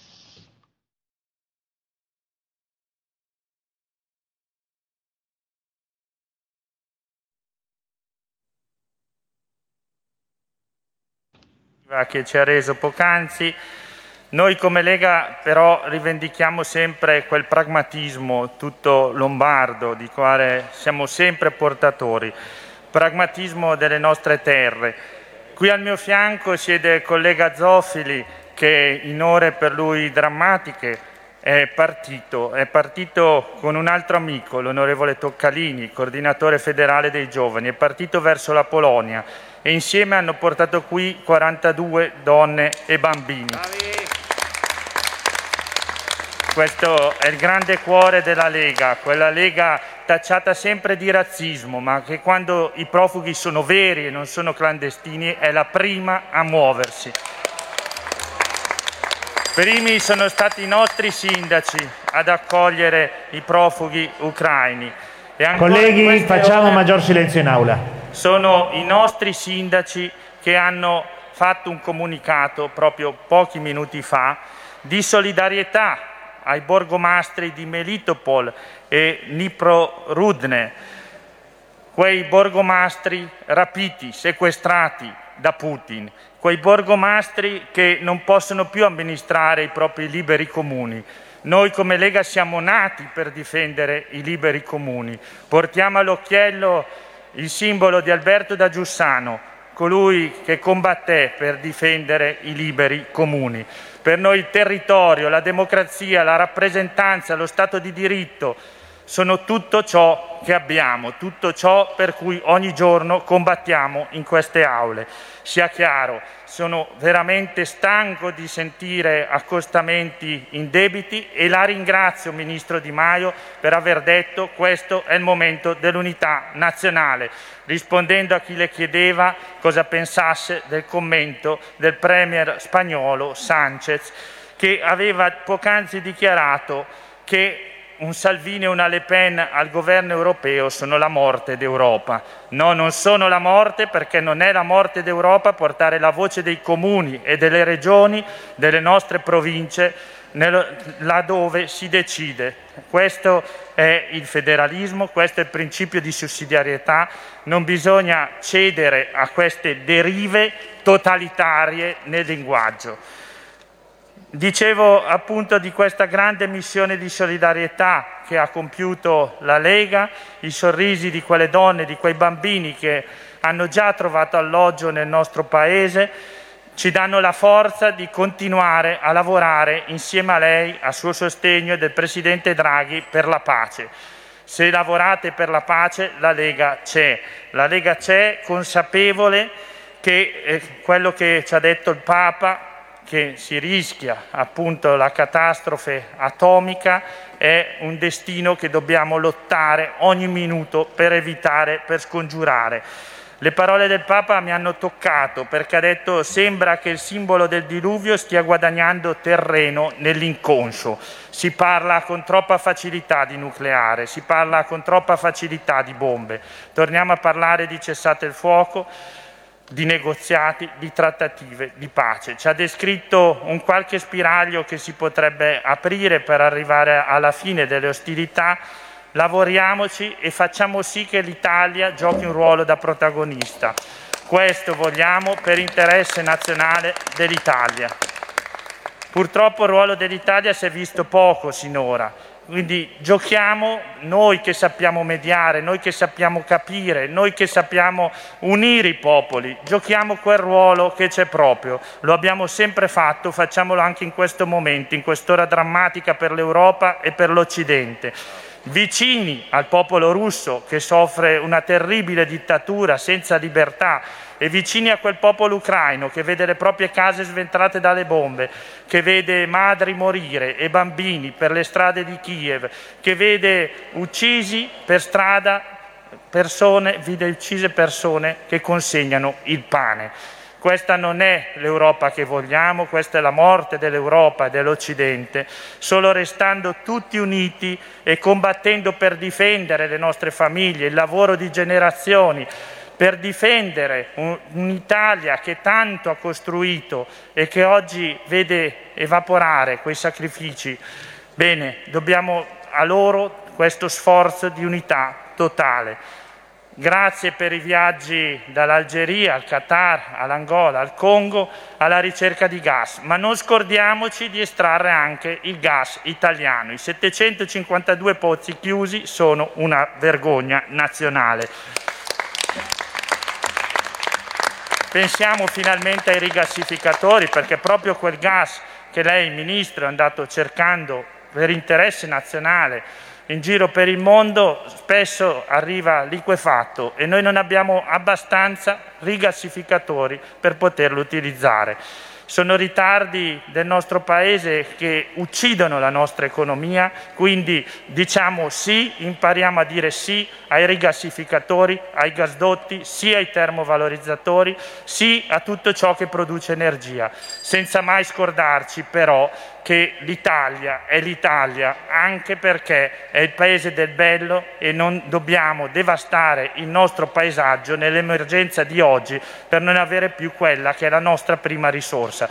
Che ci ha reso poc'anzi. Noi come Lega però rivendichiamo sempre quel pragmatismo tutto lombardo di quale siamo sempre portatori, pragmatismo delle nostre terre. Qui al mio fianco siede il collega Zoffili che in ore per lui drammatiche è partito con un altro amico, l'onorevole Toccalini, coordinatore federale dei giovani, è partito verso la Polonia e insieme hanno portato qui 42 donne e bambini. Questo è il grande cuore della Lega, quella Lega tacciata sempre di razzismo, ma che quando i profughi sono veri e non sono clandestini è la prima a muoversi. Primi sono stati i nostri sindaci ad accogliere i profughi ucraini. E colleghi, facciamo maggior silenzio in aula. Sono i nostri sindaci che hanno fatto un comunicato proprio pochi minuti fa di solidarietà ai borgomastri di Melitopol e Dnipro-Rudne, quei borgomastri rapiti, sequestrati da Putin, quei borgomastri che non possono più amministrare i propri liberi comuni. Noi come Lega siamo nati per difendere i liberi comuni. Portiamo all'occhiello il simbolo di Alberto da Giussano, colui che combatté per difendere i liberi comuni. Per noi il territorio, la democrazia, la rappresentanza, lo Stato di diritto sono tutto ciò che abbiamo, tutto ciò per cui ogni giorno combattiamo in queste aule. Sia chiaro, sono veramente stanco di sentire accostamenti indebiti e la ringrazio, Ministro Di Maio, per aver detto questo è il momento dell'unità nazionale, rispondendo a chi le chiedeva cosa pensasse del commento del premier spagnolo Sánchez, che aveva poc'anzi dichiarato che un Salvini e una Le Pen al governo europeo sono la morte d'Europa. No, non sono la morte, perché non è la morte d'Europa portare la voce dei comuni e delle regioni, delle nostre province, laddove si decide. Questo è il federalismo, questo è il principio di sussidiarietà. Non bisogna cedere a queste derive totalitarie nel linguaggio. Dicevo appunto di questa grande missione di solidarietà che ha compiuto la Lega, i sorrisi di quelle donne, di quei bambini che hanno già trovato alloggio nel nostro Paese, ci danno la forza di continuare a lavorare insieme a lei, a suo sostegno e del Presidente Draghi per la pace. Se lavorate per la pace, la Lega c'è. La Lega c'è consapevole che quello che ci ha detto il Papa, che si rischia appunto la catastrofe atomica, è un destino che dobbiamo lottare ogni minuto per evitare, per scongiurare. Le parole del Papa mi hanno toccato, perché ha detto: sembra che il simbolo del diluvio stia guadagnando terreno nell'inconscio. Si parla con troppa facilità di nucleare, si parla con troppa facilità di bombe. Torniamo a parlare di cessate il fuoco, di negoziati, di trattative, di pace. Ci ha descritto un qualche spiraglio che si potrebbe aprire per arrivare alla fine delle ostilità. Lavoriamoci e facciamo sì che l'Italia giochi un ruolo da protagonista. Questo vogliamo per interesse nazionale dell'Italia. Purtroppo il ruolo dell'Italia si è visto poco sinora. Quindi giochiamo noi che sappiamo mediare, noi che sappiamo capire, noi che sappiamo unire i popoli, giochiamo quel ruolo che c'è proprio. Lo abbiamo sempre fatto, facciamolo anche in questo momento, in quest'ora drammatica per l'Europa e per l'Occidente. Vicini al popolo russo che soffre una terribile dittatura senza libertà, e vicini a quel popolo ucraino che vede le proprie case sventrate dalle bombe, che vede madri morire e bambini per le strade di Kiev, che vede uccisi per strada vede uccise persone che consegnano il pane. Questa non è l'Europa che vogliamo, questa è la morte dell'Europa e dell'Occidente. Solo restando tutti uniti e combattendo per difendere le nostre famiglie, il lavoro di generazioni, per difendere un'Italia che tanto ha costruito e che oggi vede evaporare quei sacrifici. Bene, dobbiamo a loro questo sforzo di unità totale. Grazie per i viaggi dall'Algeria al Qatar, all'Angola, al Congo, alla ricerca di gas, ma non scordiamoci di estrarre anche il gas italiano. I 752 pozzi chiusi sono una vergogna nazionale. Pensiamo finalmente ai rigassificatori, perché proprio quel gas che lei, Ministro, è andato cercando per interesse nazionale in giro per il mondo spesso arriva liquefatto e noi non abbiamo abbastanza rigassificatori per poterlo utilizzare. Sono ritardi del nostro Paese che uccidono la nostra economia, quindi diciamo sì, impariamo a dire sì ai rigassificatori, ai gasdotti, sì ai termovalorizzatori, sì a tutto ciò che produce energia, senza mai scordarci però che l'Italia è l'Italia anche perché è il paese del bello e non dobbiamo devastare il nostro paesaggio nell'emergenza di oggi per non avere più quella che è la nostra prima risorsa.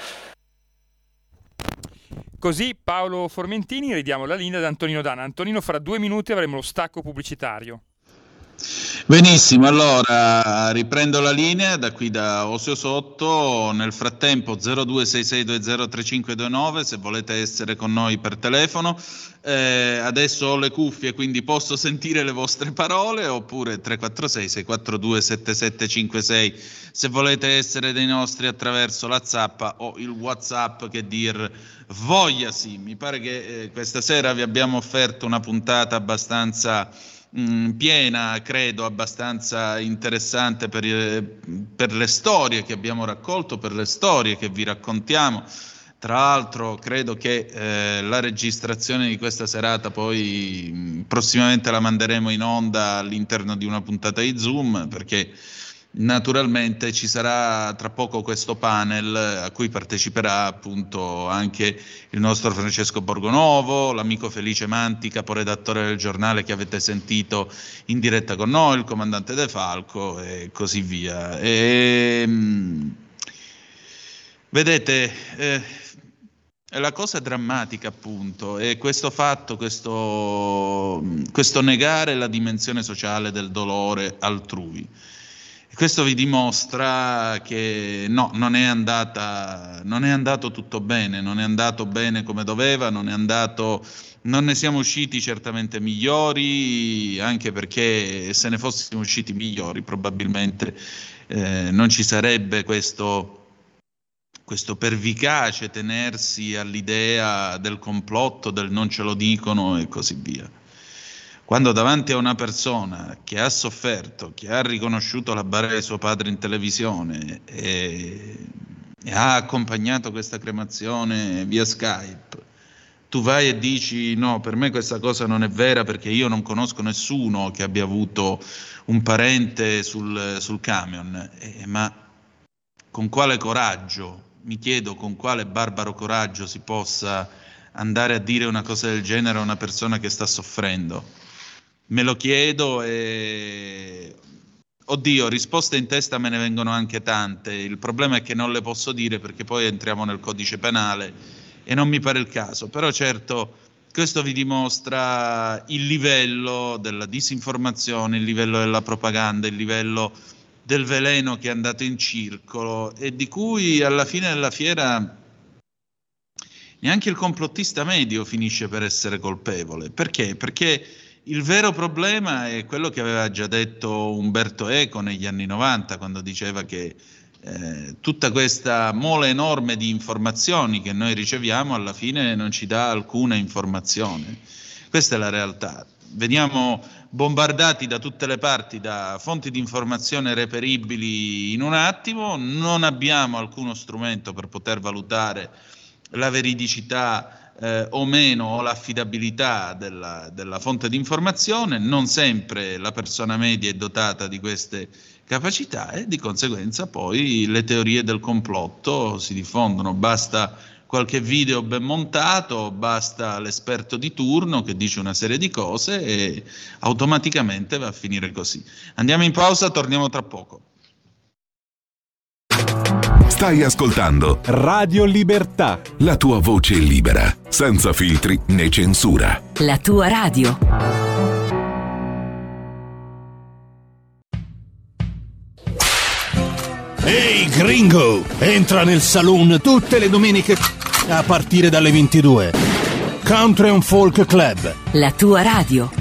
Così Paolo Formentini, ridiamo la linea ad Antonino Danna. Antonino, fra 2 minuti avremo lo stacco pubblicitario. Benissimo, allora riprendo la linea da qui da Osio Sotto. Nel frattempo 0266203529 se volete essere con noi per telefono. Adesso ho le cuffie, quindi posso sentire le vostre parole, oppure 346-642-7756 se volete essere dei nostri attraverso la zappa o il WhatsApp, che dir vogliasi. Mi pare che questa sera vi abbiamo offerto una puntata abbastanza piena, credo abbastanza interessante per le storie che abbiamo raccolto, per le storie che vi raccontiamo. Tra l'altro credo che la registrazione di questa serata poi prossimamente la manderemo in onda all'interno di una puntata di Zoom, perché naturalmente ci sarà tra poco questo panel a cui parteciperà appunto anche il nostro Francesco Borgonovo, l'amico Felice Manti, caporedattore del giornale che avete sentito in diretta con noi, il comandante De Falco e così via. Vedete, la cosa drammatica appunto è questo fatto, questo negare la dimensione sociale del dolore altrui. Questo vi dimostra che no, non è andato tutto bene, non è andato bene come doveva, non ne siamo usciti certamente migliori, anche perché se ne fossimo usciti migliori probabilmente non ci sarebbe questo pervicace tenersi all'idea del complotto, del non ce lo dicono e così via. Quando davanti a una persona che ha sofferto, che ha riconosciuto la bara di suo padre in televisione e ha accompagnato questa cremazione via Skype, tu vai e dici no, per me questa cosa non è vera perché io non conosco nessuno che abbia avuto un parente sul camion, ma con quale coraggio, mi chiedo con quale barbaro coraggio si possa andare a dire una cosa del genere a una persona che sta soffrendo? Me lo chiedo e oddio, risposte in testa me ne vengono anche tante. Il problema è che non le posso dire perché poi entriamo nel codice penale e non mi pare il caso. Però certo, questo vi dimostra il livello della disinformazione, il livello della propaganda, il livello del veleno che è andato in circolo e di cui alla fine della fiera neanche il complottista medio finisce per essere colpevole. Perché? Perché il vero problema è quello che aveva già detto Umberto Eco negli anni 90, quando diceva che tutta questa mole enorme di informazioni che noi riceviamo alla fine non ci dà alcuna informazione. Questa è la realtà. Veniamo bombardati da tutte le parti da fonti di informazione reperibili in un attimo, non abbiamo alcuno strumento per poter valutare la veridicità o meno, o l'affidabilità della fonte di informazione. Non sempre la persona media è dotata di queste capacità e di conseguenza poi le teorie del complotto si diffondono. Basta qualche video ben montato, basta l'esperto di turno che dice una serie di cose e automaticamente va a finire così. Andiamo in pausa, torniamo tra poco. Stai ascoltando Radio Libertà, la tua voce libera, senza filtri né censura. La tua radio. Ehi gringo, entra nel saloon tutte le domeniche a partire dalle 22. Country and Folk Club. La tua radio.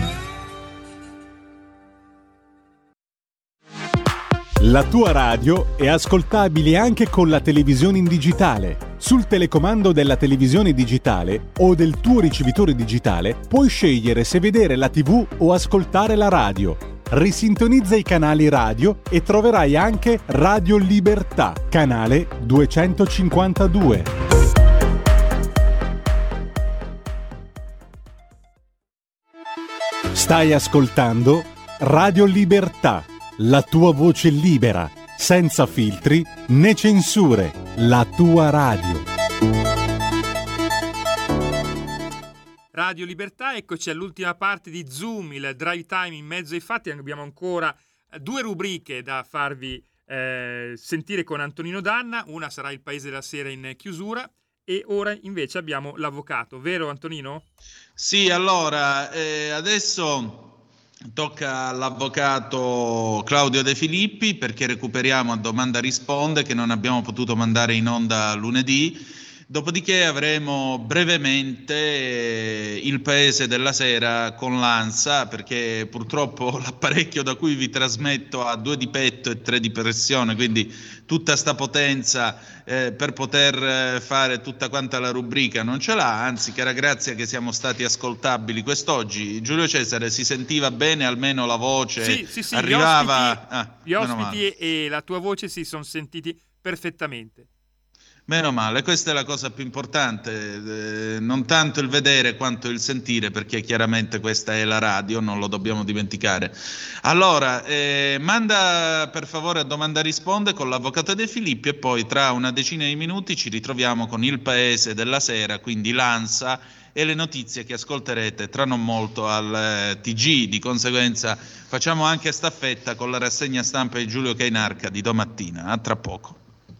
La tua radio è ascoltabile anche con la televisione in digitale. Sul telecomando della televisione digitale o del tuo ricevitore digitale puoi scegliere se vedere la TV o ascoltare la radio. Risintonizza i canali radio e troverai anche Radio Libertà, canale 252. Stai ascoltando Radio Libertà, la tua voce libera, senza filtri né censure, la tua radio. Radio Libertà, eccoci all'ultima parte di Zoom, il drive time in mezzo ai fatti. Abbiamo ancora due rubriche da farvi sentire con Antonino Danna. Una sarà il Paese della Sera in chiusura e ora invece abbiamo l'avvocato, vero Antonino? Sì, allora adesso tocca all'avvocato Claudio De Filippi, perché recuperiamo a Domanda Risponde, che non abbiamo potuto mandare in onda lunedì. Dopodiché avremo brevemente il Paese della Sera con l'ANSA, perché purtroppo l'apparecchio da cui vi trasmetto ha 2 di petto e 3 di pressione, quindi tutta sta potenza per poter fare tutta quanta la rubrica non ce l'ha, anzi che era grazia che siamo stati ascoltabili quest'oggi. Giulio Cesare, si sentiva bene almeno la voce? Sì, arrivava... Gli ospiti e la tua voce si sono sentiti perfettamente. Meno male, questa è la cosa più importante, non tanto il vedere quanto il sentire, perché chiaramente questa è la radio, non lo dobbiamo dimenticare. Allora, manda per favore a Domanda Risponde con l'avvocato De Filippi, e poi tra una decina di minuti ci ritroviamo con il Paese della Sera, quindi l'ANSA e le notizie che ascolterete tra non molto al TG. Di conseguenza facciamo anche staffetta con la rassegna stampa di Giulio Cainarca di domattina. A tra poco.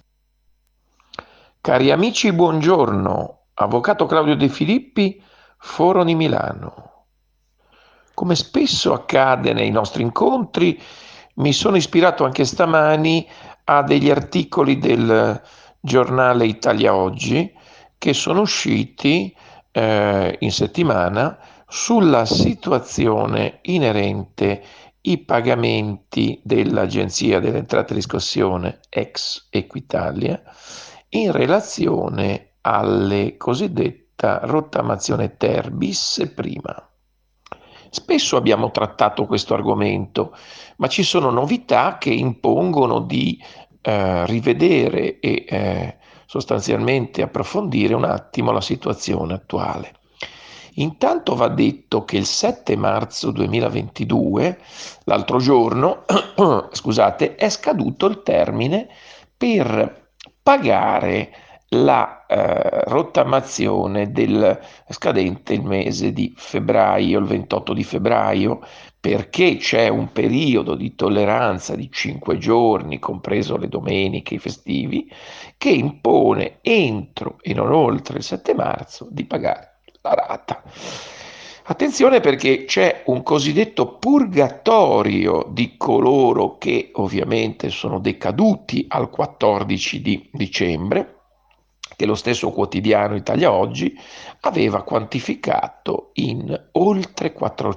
Cari amici, buongiorno. Avvocato Claudio De Filippi, Foro di Milano. Come spesso accade nei nostri incontri, mi sono ispirato anche stamani a degli articoli del giornale Italia Oggi che sono usciti in settimana sulla situazione inerente i pagamenti dell'Agenzia delle Entrate e Riscossione ex Equitalia in relazione alle cosiddetta rottamazione ter bis prima. Spesso abbiamo trattato questo argomento, ma ci sono novità che impongono di rivedere e sostanzialmente approfondire un attimo la situazione attuale. Intanto va detto che il 7 marzo 2022, l'altro giorno, scusate, è scaduto il termine per pagare la rottamazione del scadente il mese di febbraio, il 28 di febbraio, perché c'è un periodo di tolleranza di 5 giorni, compreso le domeniche, i festivi, che impone entro e non oltre il 7 marzo di pagare la rata. Attenzione, perché c'è un cosiddetto purgatorio di coloro che ovviamente sono decaduti al 14 di dicembre, che lo stesso quotidiano Italia Oggi aveva quantificato in oltre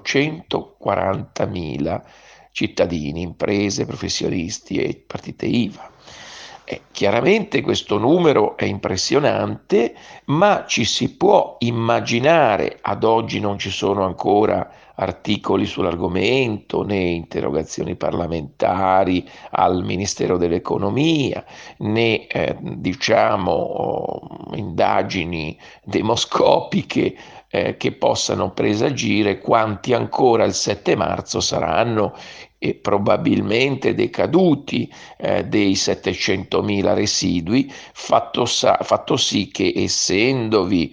440.000 cittadini, imprese, professionisti e partite IVA. Chiaramente questo numero è impressionante, ma ci si può immaginare, ad oggi non ci sono ancora articoli sull'argomento né interrogazioni parlamentari al Ministero dell'Economia né indagini demoscopiche che possano presagire quanti ancora il 7 marzo saranno e probabilmente decaduti dei 700.000 residui, fatto sì che essendovi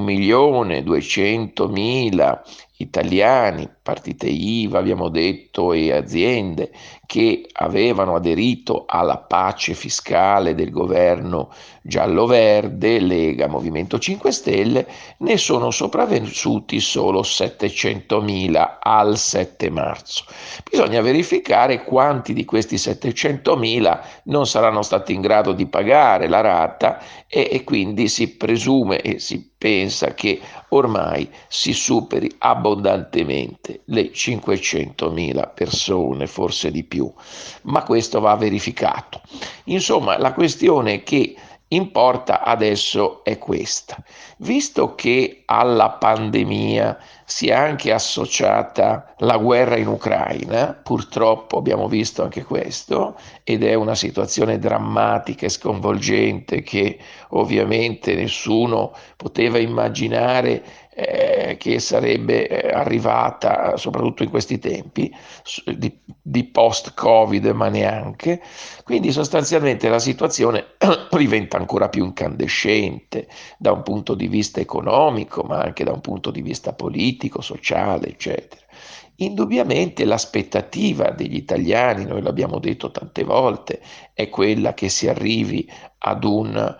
1.200.000 italiani, partite IVA abbiamo detto e aziende che avevano aderito alla pace fiscale del governo giallo-verde, Lega, Movimento 5 Stelle, ne sono sopravvissuti solo 700.000 al 7 marzo. Bisogna verificare quanti di questi 700.000 non saranno stati in grado di pagare la rata e quindi si presume e si pensa che ormai si superi abbondantemente le 500.000 persone, forse di più, ma questo va verificato. Insomma, la questione che importa adesso è questa. Visto che alla pandemia si è anche associata la guerra in Ucraina, purtroppo abbiamo visto anche questo, ed è una situazione drammatica e sconvolgente che ovviamente nessuno poteva immaginare che sarebbe arrivata, soprattutto in questi tempi di post-Covid, ma neanche. Quindi sostanzialmente la situazione diventa ancora più incandescente da un punto di vista economico, ma anche da un punto di vista politico, sociale, eccetera. Indubbiamente l'aspettativa degli italiani, noi l'abbiamo detto tante volte, è quella che si arrivi ad una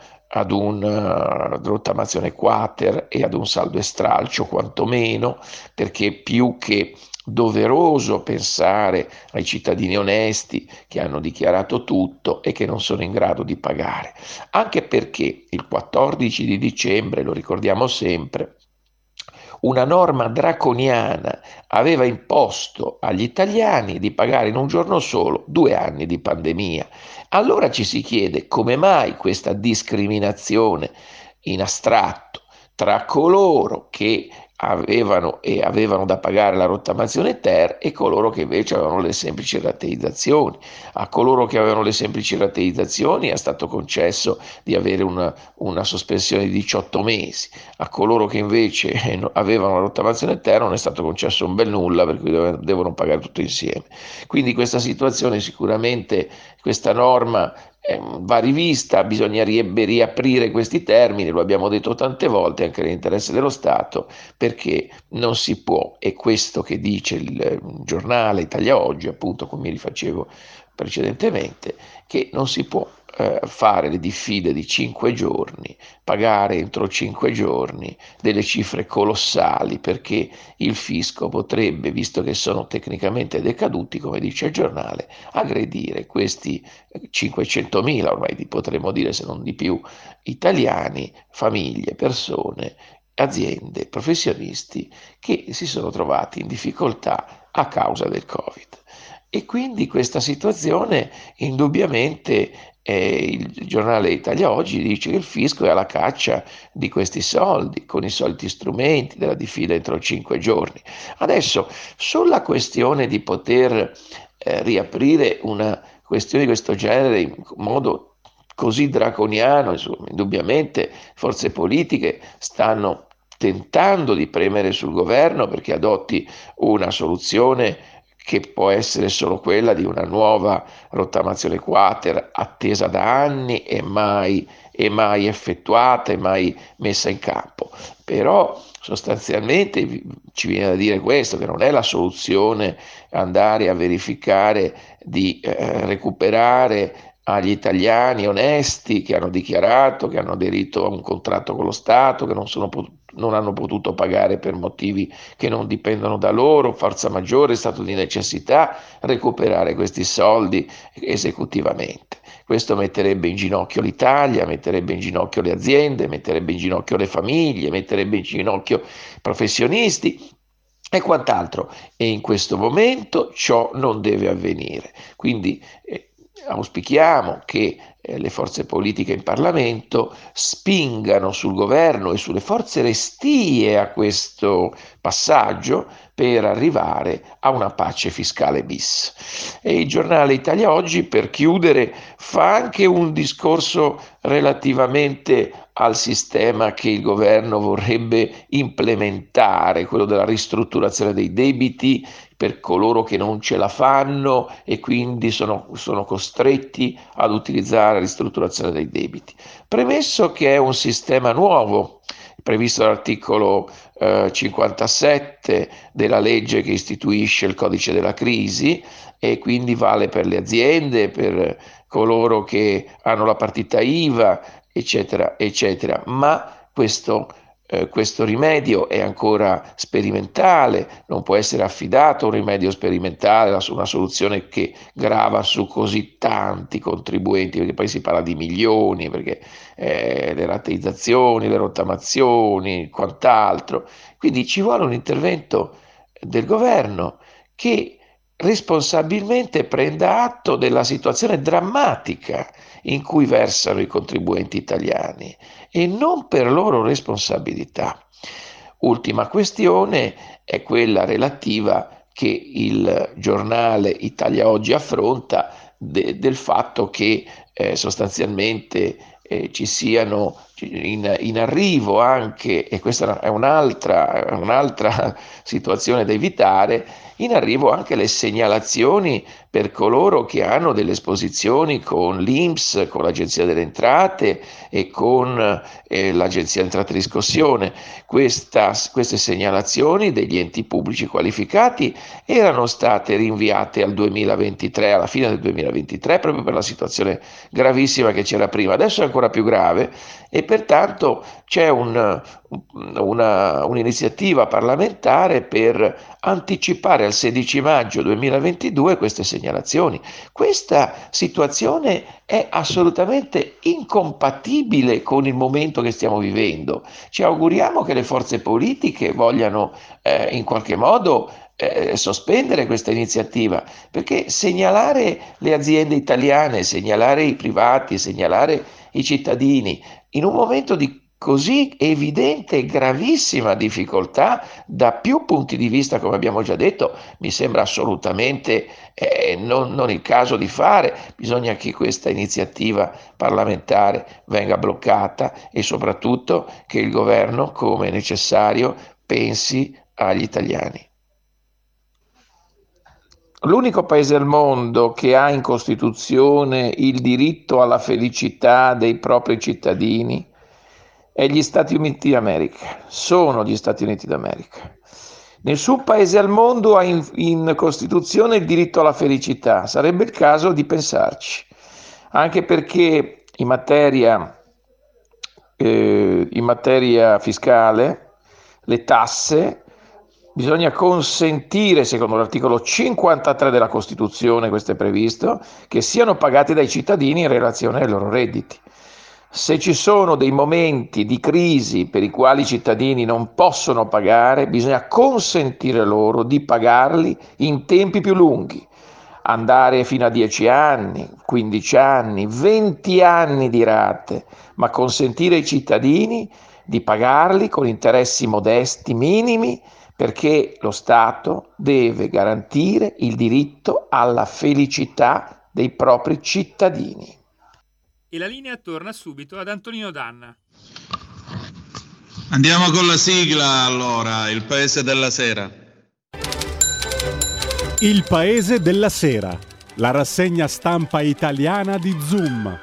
rottamazione quater e ad un saldo e stralcio quantomeno, perché più che doveroso pensare ai cittadini onesti che hanno dichiarato tutto e che non sono in grado di pagare, anche perché il 14 di dicembre, lo ricordiamo sempre, una norma draconiana aveva imposto agli italiani di pagare in un giorno solo 2 anni di pandemia. Allora ci si chiede come mai questa discriminazione in astratto tra coloro che avevano da pagare la rottamazione ter e coloro che invece avevano le semplici rateizzazioni. A coloro che avevano le semplici rateizzazioni è stato concesso di avere una sospensione di 18 mesi, a coloro che invece avevano la rottamazione ter non è stato concesso un bel nulla, per cui devono pagare tutto insieme. Quindi questa situazione sicuramente, questa norma va rivista, bisognerebbe riaprire questi termini, lo abbiamo detto tante volte anche nell'interesse dello Stato, perché non si può, è questo che dice il giornale Italia Oggi, appunto, come mi rifacevo precedentemente, che non si può fare le diffide di 5 giorni, pagare entro 5 giorni delle cifre colossali, perché il fisco potrebbe, visto che sono tecnicamente decaduti, come dice il giornale, aggredire questi 500.000, ormai potremmo dire se non di più, italiani, famiglie, persone, aziende, professionisti che si sono trovati in difficoltà a causa del Covid. E quindi questa situazione indubbiamente il giornale Italia Oggi dice che il fisco è alla caccia di questi soldi, con i soliti strumenti della diffida entro 5 giorni. Adesso, sulla questione di poter riaprire una questione di questo genere in modo così draconiano, insomma, indubbiamente forze politiche stanno tentando di premere sul governo perché adotti una soluzione che può essere solo quella di una nuova rottamazione quater attesa da anni e mai effettuata e mai messa in campo. Però sostanzialmente ci viene da dire questo, che non è la soluzione andare a verificare di recuperare agli italiani onesti che hanno dichiarato, che hanno aderito a un contratto con lo Stato, che non hanno potuto pagare per motivi che non dipendono da loro, forza maggiore, stato di necessità, recuperare questi soldi esecutivamente. Questo metterebbe in ginocchio l'Italia, metterebbe in ginocchio le aziende, metterebbe in ginocchio le famiglie, metterebbe in ginocchio i professionisti e quant'altro. E in questo momento ciò non deve avvenire. Quindi auspichiamo che le forze politiche in Parlamento spingano sul governo e sulle forze restie a questo passaggio per arrivare a una pace fiscale bis. E il giornale Italia Oggi, per chiudere, fa anche un discorso relativamente al sistema che il governo vorrebbe implementare, quello della ristrutturazione dei debiti per coloro che non ce la fanno e quindi sono costretti ad utilizzare la ristrutturazione dei debiti. Premesso che è un sistema nuovo, previsto dall'articolo 57 della legge che istituisce il codice della crisi e quindi vale per le aziende, per coloro che hanno la partita IVA, eccetera, eccetera, ma questo rimedio è ancora sperimentale, non può essere affidato un rimedio sperimentale, una soluzione che grava su così tanti contribuenti, perché poi si parla di milioni, perché le rateizzazioni, le rottamazioni, quant'altro. Quindi ci vuole un intervento del governo che responsabilmente prenda atto della situazione drammatica in cui versano i contribuenti italiani e non per loro responsabilità. Ultima questione è quella relativa che il giornale Italia Oggi affronta del fatto che sostanzialmente ci siano in arrivo anche, e questa è un'altra situazione da evitare, in arrivo anche le segnalazioni per coloro che hanno delle esposizioni con l'INPS, con l'Agenzia delle Entrate e con l'Agenzia delle Entrate e Riscossione. Queste segnalazioni degli enti pubblici qualificati erano state rinviate al 2023, alla fine del 2023, proprio per la situazione gravissima che c'era prima. Adesso è ancora più grave e pertanto c'è un'iniziativa parlamentare per anticipare al 16 maggio 2022 queste segnalazioni. Questa situazione è assolutamente incompatibile con il momento che stiamo vivendo. Ci auguriamo che le forze politiche vogliano in qualche modo sospendere questa iniziativa, perché segnalare le aziende italiane, segnalare i privati, segnalare i cittadini in un momento di così evidente e gravissima difficoltà da più punti di vista, come abbiamo già detto, mi sembra assolutamente non il caso di fare. Bisogna che questa iniziativa parlamentare venga bloccata e soprattutto che il governo, come necessario, pensi agli italiani. L'unico paese al mondo che ha in Costituzione il diritto alla felicità dei propri cittadini è gli Stati Uniti d'America. Sono gli Stati Uniti d'America. Nessun paese al mondo ha in Costituzione il diritto alla felicità. Sarebbe il caso di pensarci, anche perché in materia fiscale, le tasse, bisogna consentire, secondo l'articolo 53 della Costituzione, questo è previsto, che siano pagate dai cittadini in relazione ai loro redditi. Se ci sono dei momenti di crisi per i quali i cittadini non possono pagare, bisogna consentire loro di pagarli in tempi più lunghi, andare fino a 10 anni, 15 anni, 20 anni di rate, ma consentire ai cittadini di pagarli con interessi modesti, minimi, perché lo Stato deve garantire il diritto alla felicità dei propri cittadini. E la linea torna subito ad Antonino Danna. Andiamo con la sigla allora, il Paese della Sera. Il Paese della Sera, la rassegna stampa italiana di Zoom.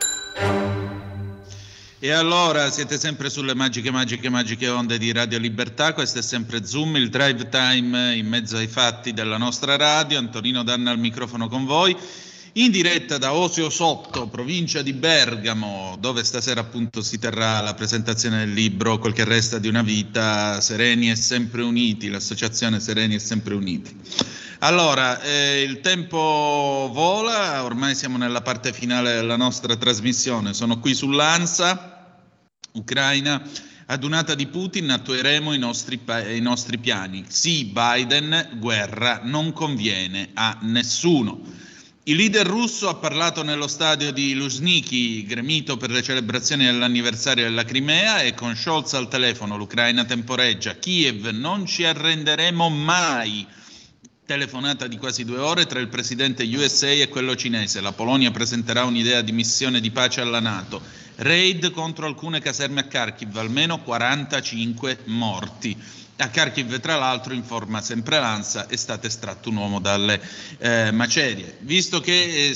E allora siete sempre sulle magiche onde di Radio Libertà, questo è sempre Zoom, il drive time in mezzo ai fatti della nostra radio. Antonino Danna al microfono con voi, in diretta da Osio Sotto, provincia di Bergamo, dove stasera appunto si terrà la presentazione del libro Quel che resta di una vita, Sereni e sempre uniti, l'associazione Sereni e sempre uniti. Allora, il tempo vola, ormai siamo nella parte finale della nostra trasmissione, sono qui sull'ANSA, Ucraina, adunata di Putin, attueremo i nostri piani. Sì, Biden, guerra non conviene a nessuno. Il leader russo ha parlato nello stadio di Luzhniki, gremito per le celebrazioni dell'anniversario della Crimea, e con Scholz al telefono l'Ucraina temporeggia. Kiev, non ci arrenderemo mai. Telefonata di quasi 2 ore tra il presidente USA e quello cinese. La Polonia presenterà un'idea di missione di pace alla NATO. Raid contro alcune caserme a Kharkiv, almeno 45 morti. A Kharkiv, tra l'altro, informa sempre l'ANSA, è stato estratto un uomo dalle macerie. Visto che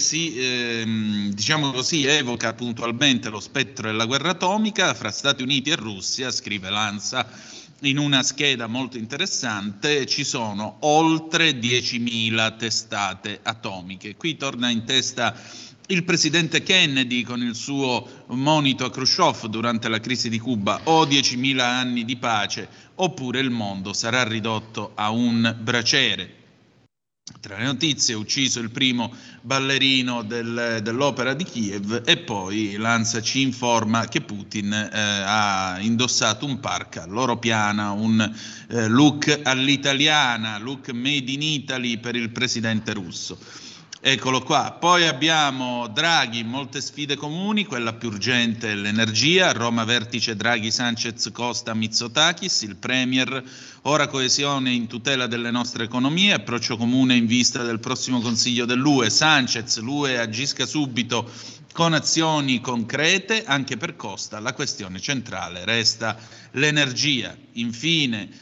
diciamo così, evoca puntualmente lo spettro della guerra atomica fra Stati Uniti e Russia, scrive l'ANSA in una scheda molto interessante, ci sono oltre 10.000 testate atomiche. Qui torna in testa il presidente Kennedy con il suo monito a Khrushchev durante la crisi di Cuba: o 10.000 anni di pace oppure il mondo sarà ridotto a un braciere. Tra le notizie, ucciso il primo ballerino dell'opera di Kiev, e poi l'ANSA ci informa che Putin ha indossato un parka loro piana, un look all'italiana, look made in Italy per il presidente russo. Eccolo qua. Poi abbiamo Draghi, molte sfide comuni, quella più urgente è l'energia. A Roma vertice Draghi, Sanchez, Costa, Mitsotakis, il Premier. Ora coesione in tutela delle nostre economie, approccio comune in vista del prossimo Consiglio dell'UE. Sanchez, l'UE agisca subito con azioni concrete. Anche per Costa la questione centrale resta l'energia. Infine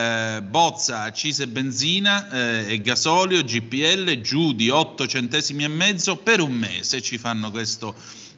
Bozza, accise benzina e gasolio, GPL giù di 8 centesimi e mezzo per un mese. Ci fanno questo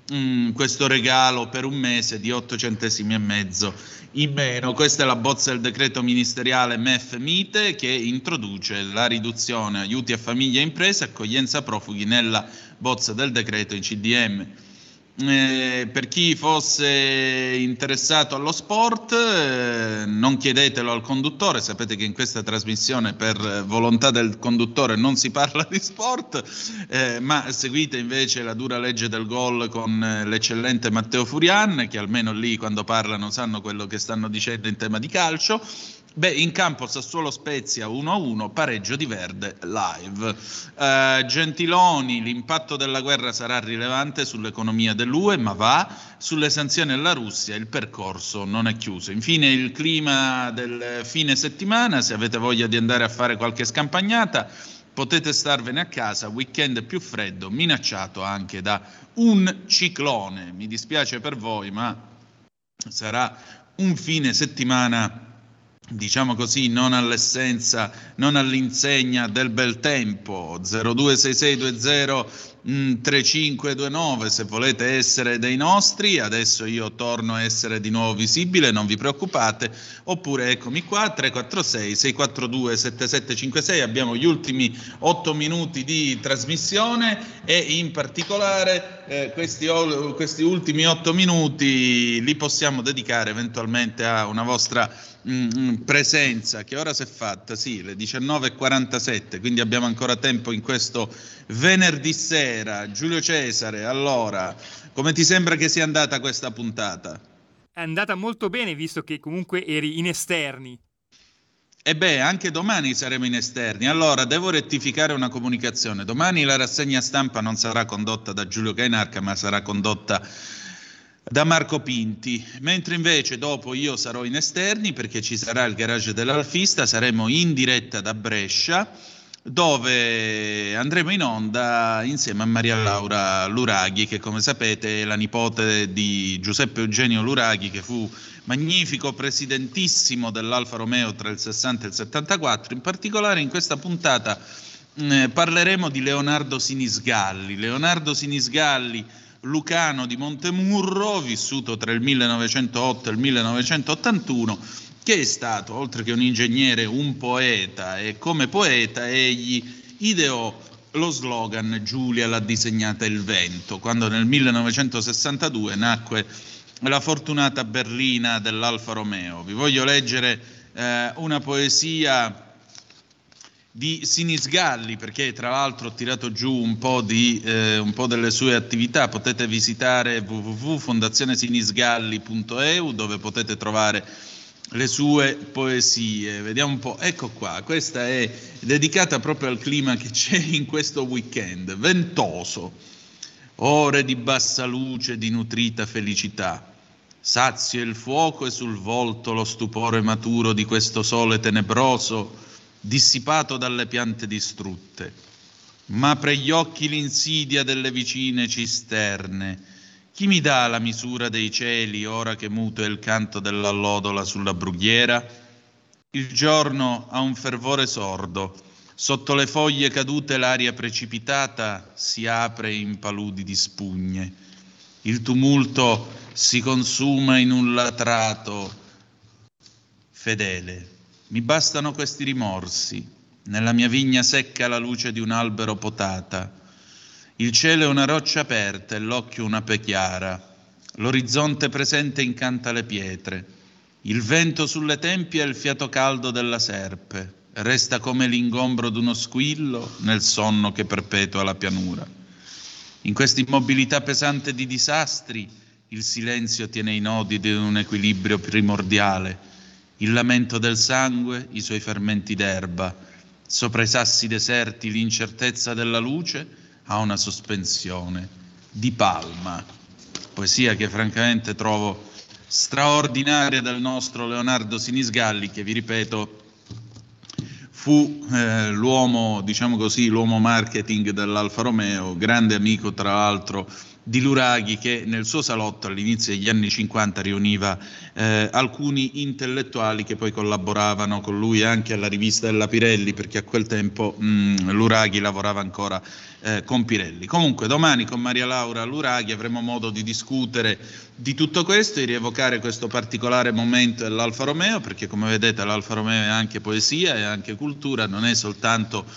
regalo per un mese di 8 centesimi e mezzo in meno. Questa è la bozza del decreto ministeriale MEF-Mite, che introduce la riduzione aiuti a famiglie e imprese, accoglienza profughi nella bozza del decreto in CDM. Per chi fosse interessato allo sport, non chiedetelo al conduttore, sapete che in questa trasmissione per volontà del conduttore non si parla di sport, ma seguite invece la dura legge del gol con l'eccellente Matteo Furian, che almeno lì quando parlano sanno quello che stanno dicendo in tema di calcio. In campo Sassuolo Spezia 1-1, pareggio di Verde live. Gentiloni, l'impatto della guerra sarà rilevante sull'economia dell'UE, ma va. Sulle sanzioni alla Russia il percorso non è chiuso. Infine il clima del fine settimana, se avete voglia di andare a fare qualche scampagnata potete starvene a casa, weekend più freddo, minacciato anche da un ciclone. Mi dispiace per voi, ma sarà un fine settimana, diciamo così, non all'essenza, non all'insegna del bel tempo. 0266203529 se volete essere dei nostri. Adesso io torno a essere di nuovo visibile, non vi preoccupate, oppure eccomi qua, 346 642 7756. Abbiamo gli ultimi 8 minuti di trasmissione e in particolare questi ultimi 8 minuti li possiamo dedicare eventualmente a una vostra presenza. Che ora si è fatta? Sì, le 19:47, quindi abbiamo ancora tempo in questo venerdì sera. Giulio Cesare, allora, come ti sembra che sia andata questa puntata? È andata molto bene, visto che comunque eri in esterni. Anche domani saremo in esterni. Allora, devo rettificare una comunicazione. Domani la rassegna stampa non sarà condotta da Giulio Cainarca, ma sarà condotta da Marco Pinti, mentre invece dopo io sarò in esterni perché ci sarà il garage dell'Alfista, saremo in diretta da Brescia, dove andremo in onda insieme a Maria Laura Luraghi, che come sapete è la nipote di Giuseppe Eugenio Luraghi, che fu magnifico presidentissimo dell'Alfa Romeo tra il 60 e il 74. In particolare in questa puntata parleremo di Leonardo Sinisgalli. Leonardo Sinisgalli, lucano di Montemurro, vissuto tra il 1908 e il 1981, che è stato, oltre che un ingegnere, un poeta, e come poeta egli ideò lo slogan "Giulia l'ha disegnata il vento", quando nel 1962 nacque la fortunata berlina dell'Alfa Romeo. Vi voglio leggere una poesia di Sinisgalli, perché tra l'altro ho tirato giù un po' delle sue attività. Potete visitare www.fondazionesinisgalli.eu, dove potete trovare le sue poesie. Vediamo un po', ecco qua, questa è dedicata proprio al clima che c'è in questo weekend ventoso. Ore di bassa luce, di nutrita felicità, sazio il fuoco e sul volto lo stupore maturo di questo sole tenebroso dissipato dalle piante distrutte, ma pre gli occhi l'insidia delle vicine cisterne. Chi mi dà la misura dei cieli ora che muto è il canto dell'allodola sulla brughiera? Il giorno ha un fervore sordo, sotto le foglie cadute l'aria precipitata si apre in paludi di spugne. Il tumulto si consuma in un latrato fedele. Mi bastano questi rimorsi, nella mia vigna secca la luce di un albero potata. Il cielo è una roccia aperta e l'occhio un'ape chiara. L'orizzonte presente incanta le pietre. Il vento sulle tempie è il fiato caldo della serpe. Resta come l'ingombro d'uno squillo nel sonno che perpetua la pianura. In questa immobilità pesante di disastri, il silenzio tiene i nodi di un equilibrio primordiale. Il lamento del sangue, i suoi fermenti d'erba, sopra i sassi deserti l'incertezza della luce ha una sospensione di palma. Poesia che francamente trovo straordinaria del nostro Leonardo Sinisgalli, che vi ripeto fu l'uomo, diciamo così, l'uomo marketing dell'Alfa Romeo, grande amico tra l'altro di Luraghi, che nel suo salotto all'inizio degli anni 50 riuniva alcuni intellettuali che poi collaboravano con lui anche alla rivista della Pirelli, perché a quel tempo Luraghi lavorava ancora con Pirelli. Comunque domani con Maria Laura Luraghi avremo modo di discutere di tutto questo e rievocare questo particolare momento dell'Alfa Romeo, perché come vedete l'Alfa Romeo è anche poesia, è anche cultura, non è soltanto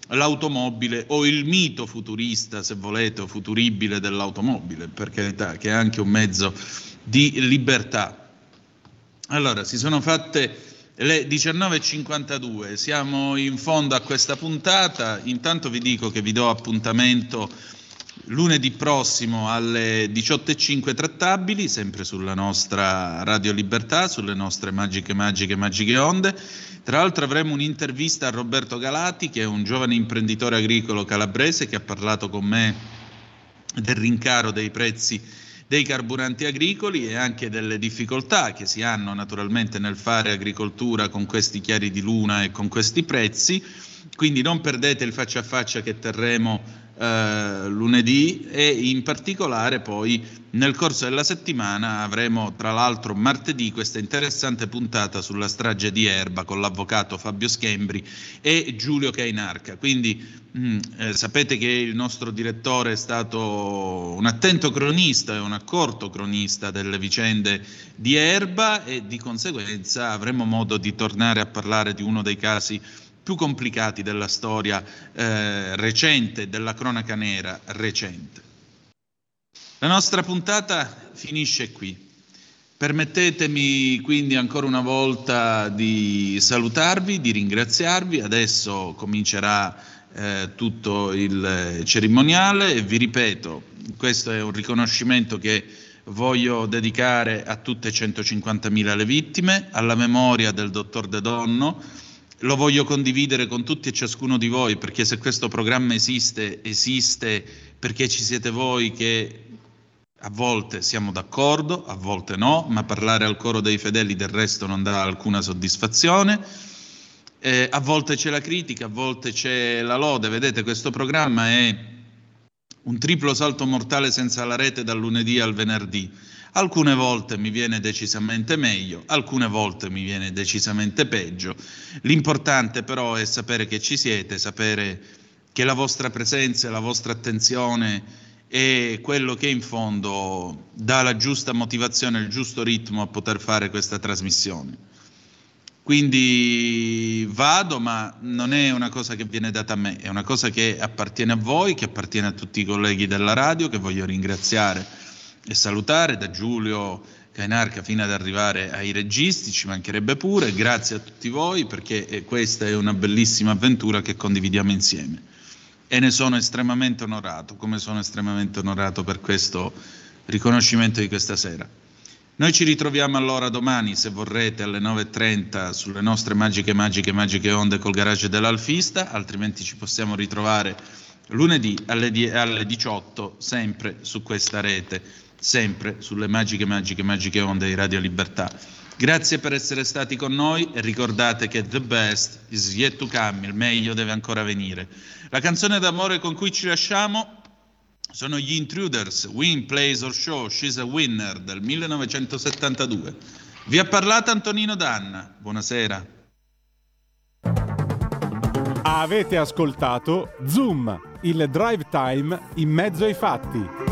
l'automobile o il mito futurista, se volete, o futuribile dell'automobile, per carità, che è anche un mezzo di libertà. Allora, si sono fatte le 19.52, siamo in fondo a questa puntata. Intanto vi dico che vi do appuntamento lunedì prossimo alle 18.05 trattabili, sempre sulla nostra Radio Libertà, sulle nostre magiche onde. Tra l'altro avremo un'intervista a Roberto Galati, che è un giovane imprenditore agricolo calabrese che ha parlato con me del rincaro dei prezzi dei carburanti agricoli e anche delle difficoltà che si hanno naturalmente nel fare agricoltura con questi chiari di luna e con questi prezzi. Quindi non perdete il faccia a faccia che terremo lunedì, e in particolare poi nel corso della settimana avremo tra l'altro martedì questa interessante puntata sulla strage di Erba con l'avvocato Fabio Schembri e Giulio Cainarca. Quindi sapete che il nostro direttore è stato un attento cronista e un accorto cronista delle vicende di Erba, e di conseguenza avremo modo di tornare a parlare di uno dei casi più complicati della storia recente, della cronaca nera recente. La nostra puntata finisce qui. Permettetemi quindi ancora una volta di salutarvi, di ringraziarvi. Adesso comincerà tutto il cerimoniale e vi ripeto, questo è un riconoscimento che voglio dedicare a tutte 150.000 le vittime, alla memoria del dottor De Donno. Lo voglio condividere con tutti e ciascuno di voi, perché se questo programma esiste perché ci siete voi che a volte siamo d'accordo, a volte no, ma parlare al coro dei fedeli del resto non dà alcuna soddisfazione. A volte c'è la critica, a volte c'è la lode. Vedete, questo programma è un triplo salto mortale senza la rete dal lunedì al venerdì. Alcune volte mi viene decisamente meglio, alcune volte mi viene decisamente peggio. L'importante però è sapere che ci siete, sapere che la vostra presenza e la vostra attenzione è quello che in fondo dà la giusta motivazione, il giusto ritmo a poter fare questa trasmissione. Quindi vado, ma non è una cosa che viene data a me, è una cosa che appartiene a voi, che appartiene a tutti i colleghi della radio, che voglio ringraziare e salutare, da Giulio Cainarca fino ad arrivare ai registi, ci mancherebbe pure. Grazie a tutti voi, perché questa è una bellissima avventura che condividiamo insieme e ne sono estremamente onorato, come sono estremamente onorato per questo riconoscimento di questa sera. Noi ci ritroviamo allora domani, se vorrete, alle 9.30 sulle nostre magiche onde col garage dell'Alfista, altrimenti ci possiamo ritrovare lunedì alle 18, sempre su questa rete, sempre sulle magiche onde di Radio Libertà. Grazie per essere stati con noi e ricordate che the best is yet to come, il meglio deve ancora venire. La canzone d'amore con cui ci lasciamo sono gli Intruders, Win, Plays or Show, She's a Winner del 1972. Vi ha parlato Antonino Danna, buonasera. Avete ascoltato Zoom, il drive time in mezzo ai fatti.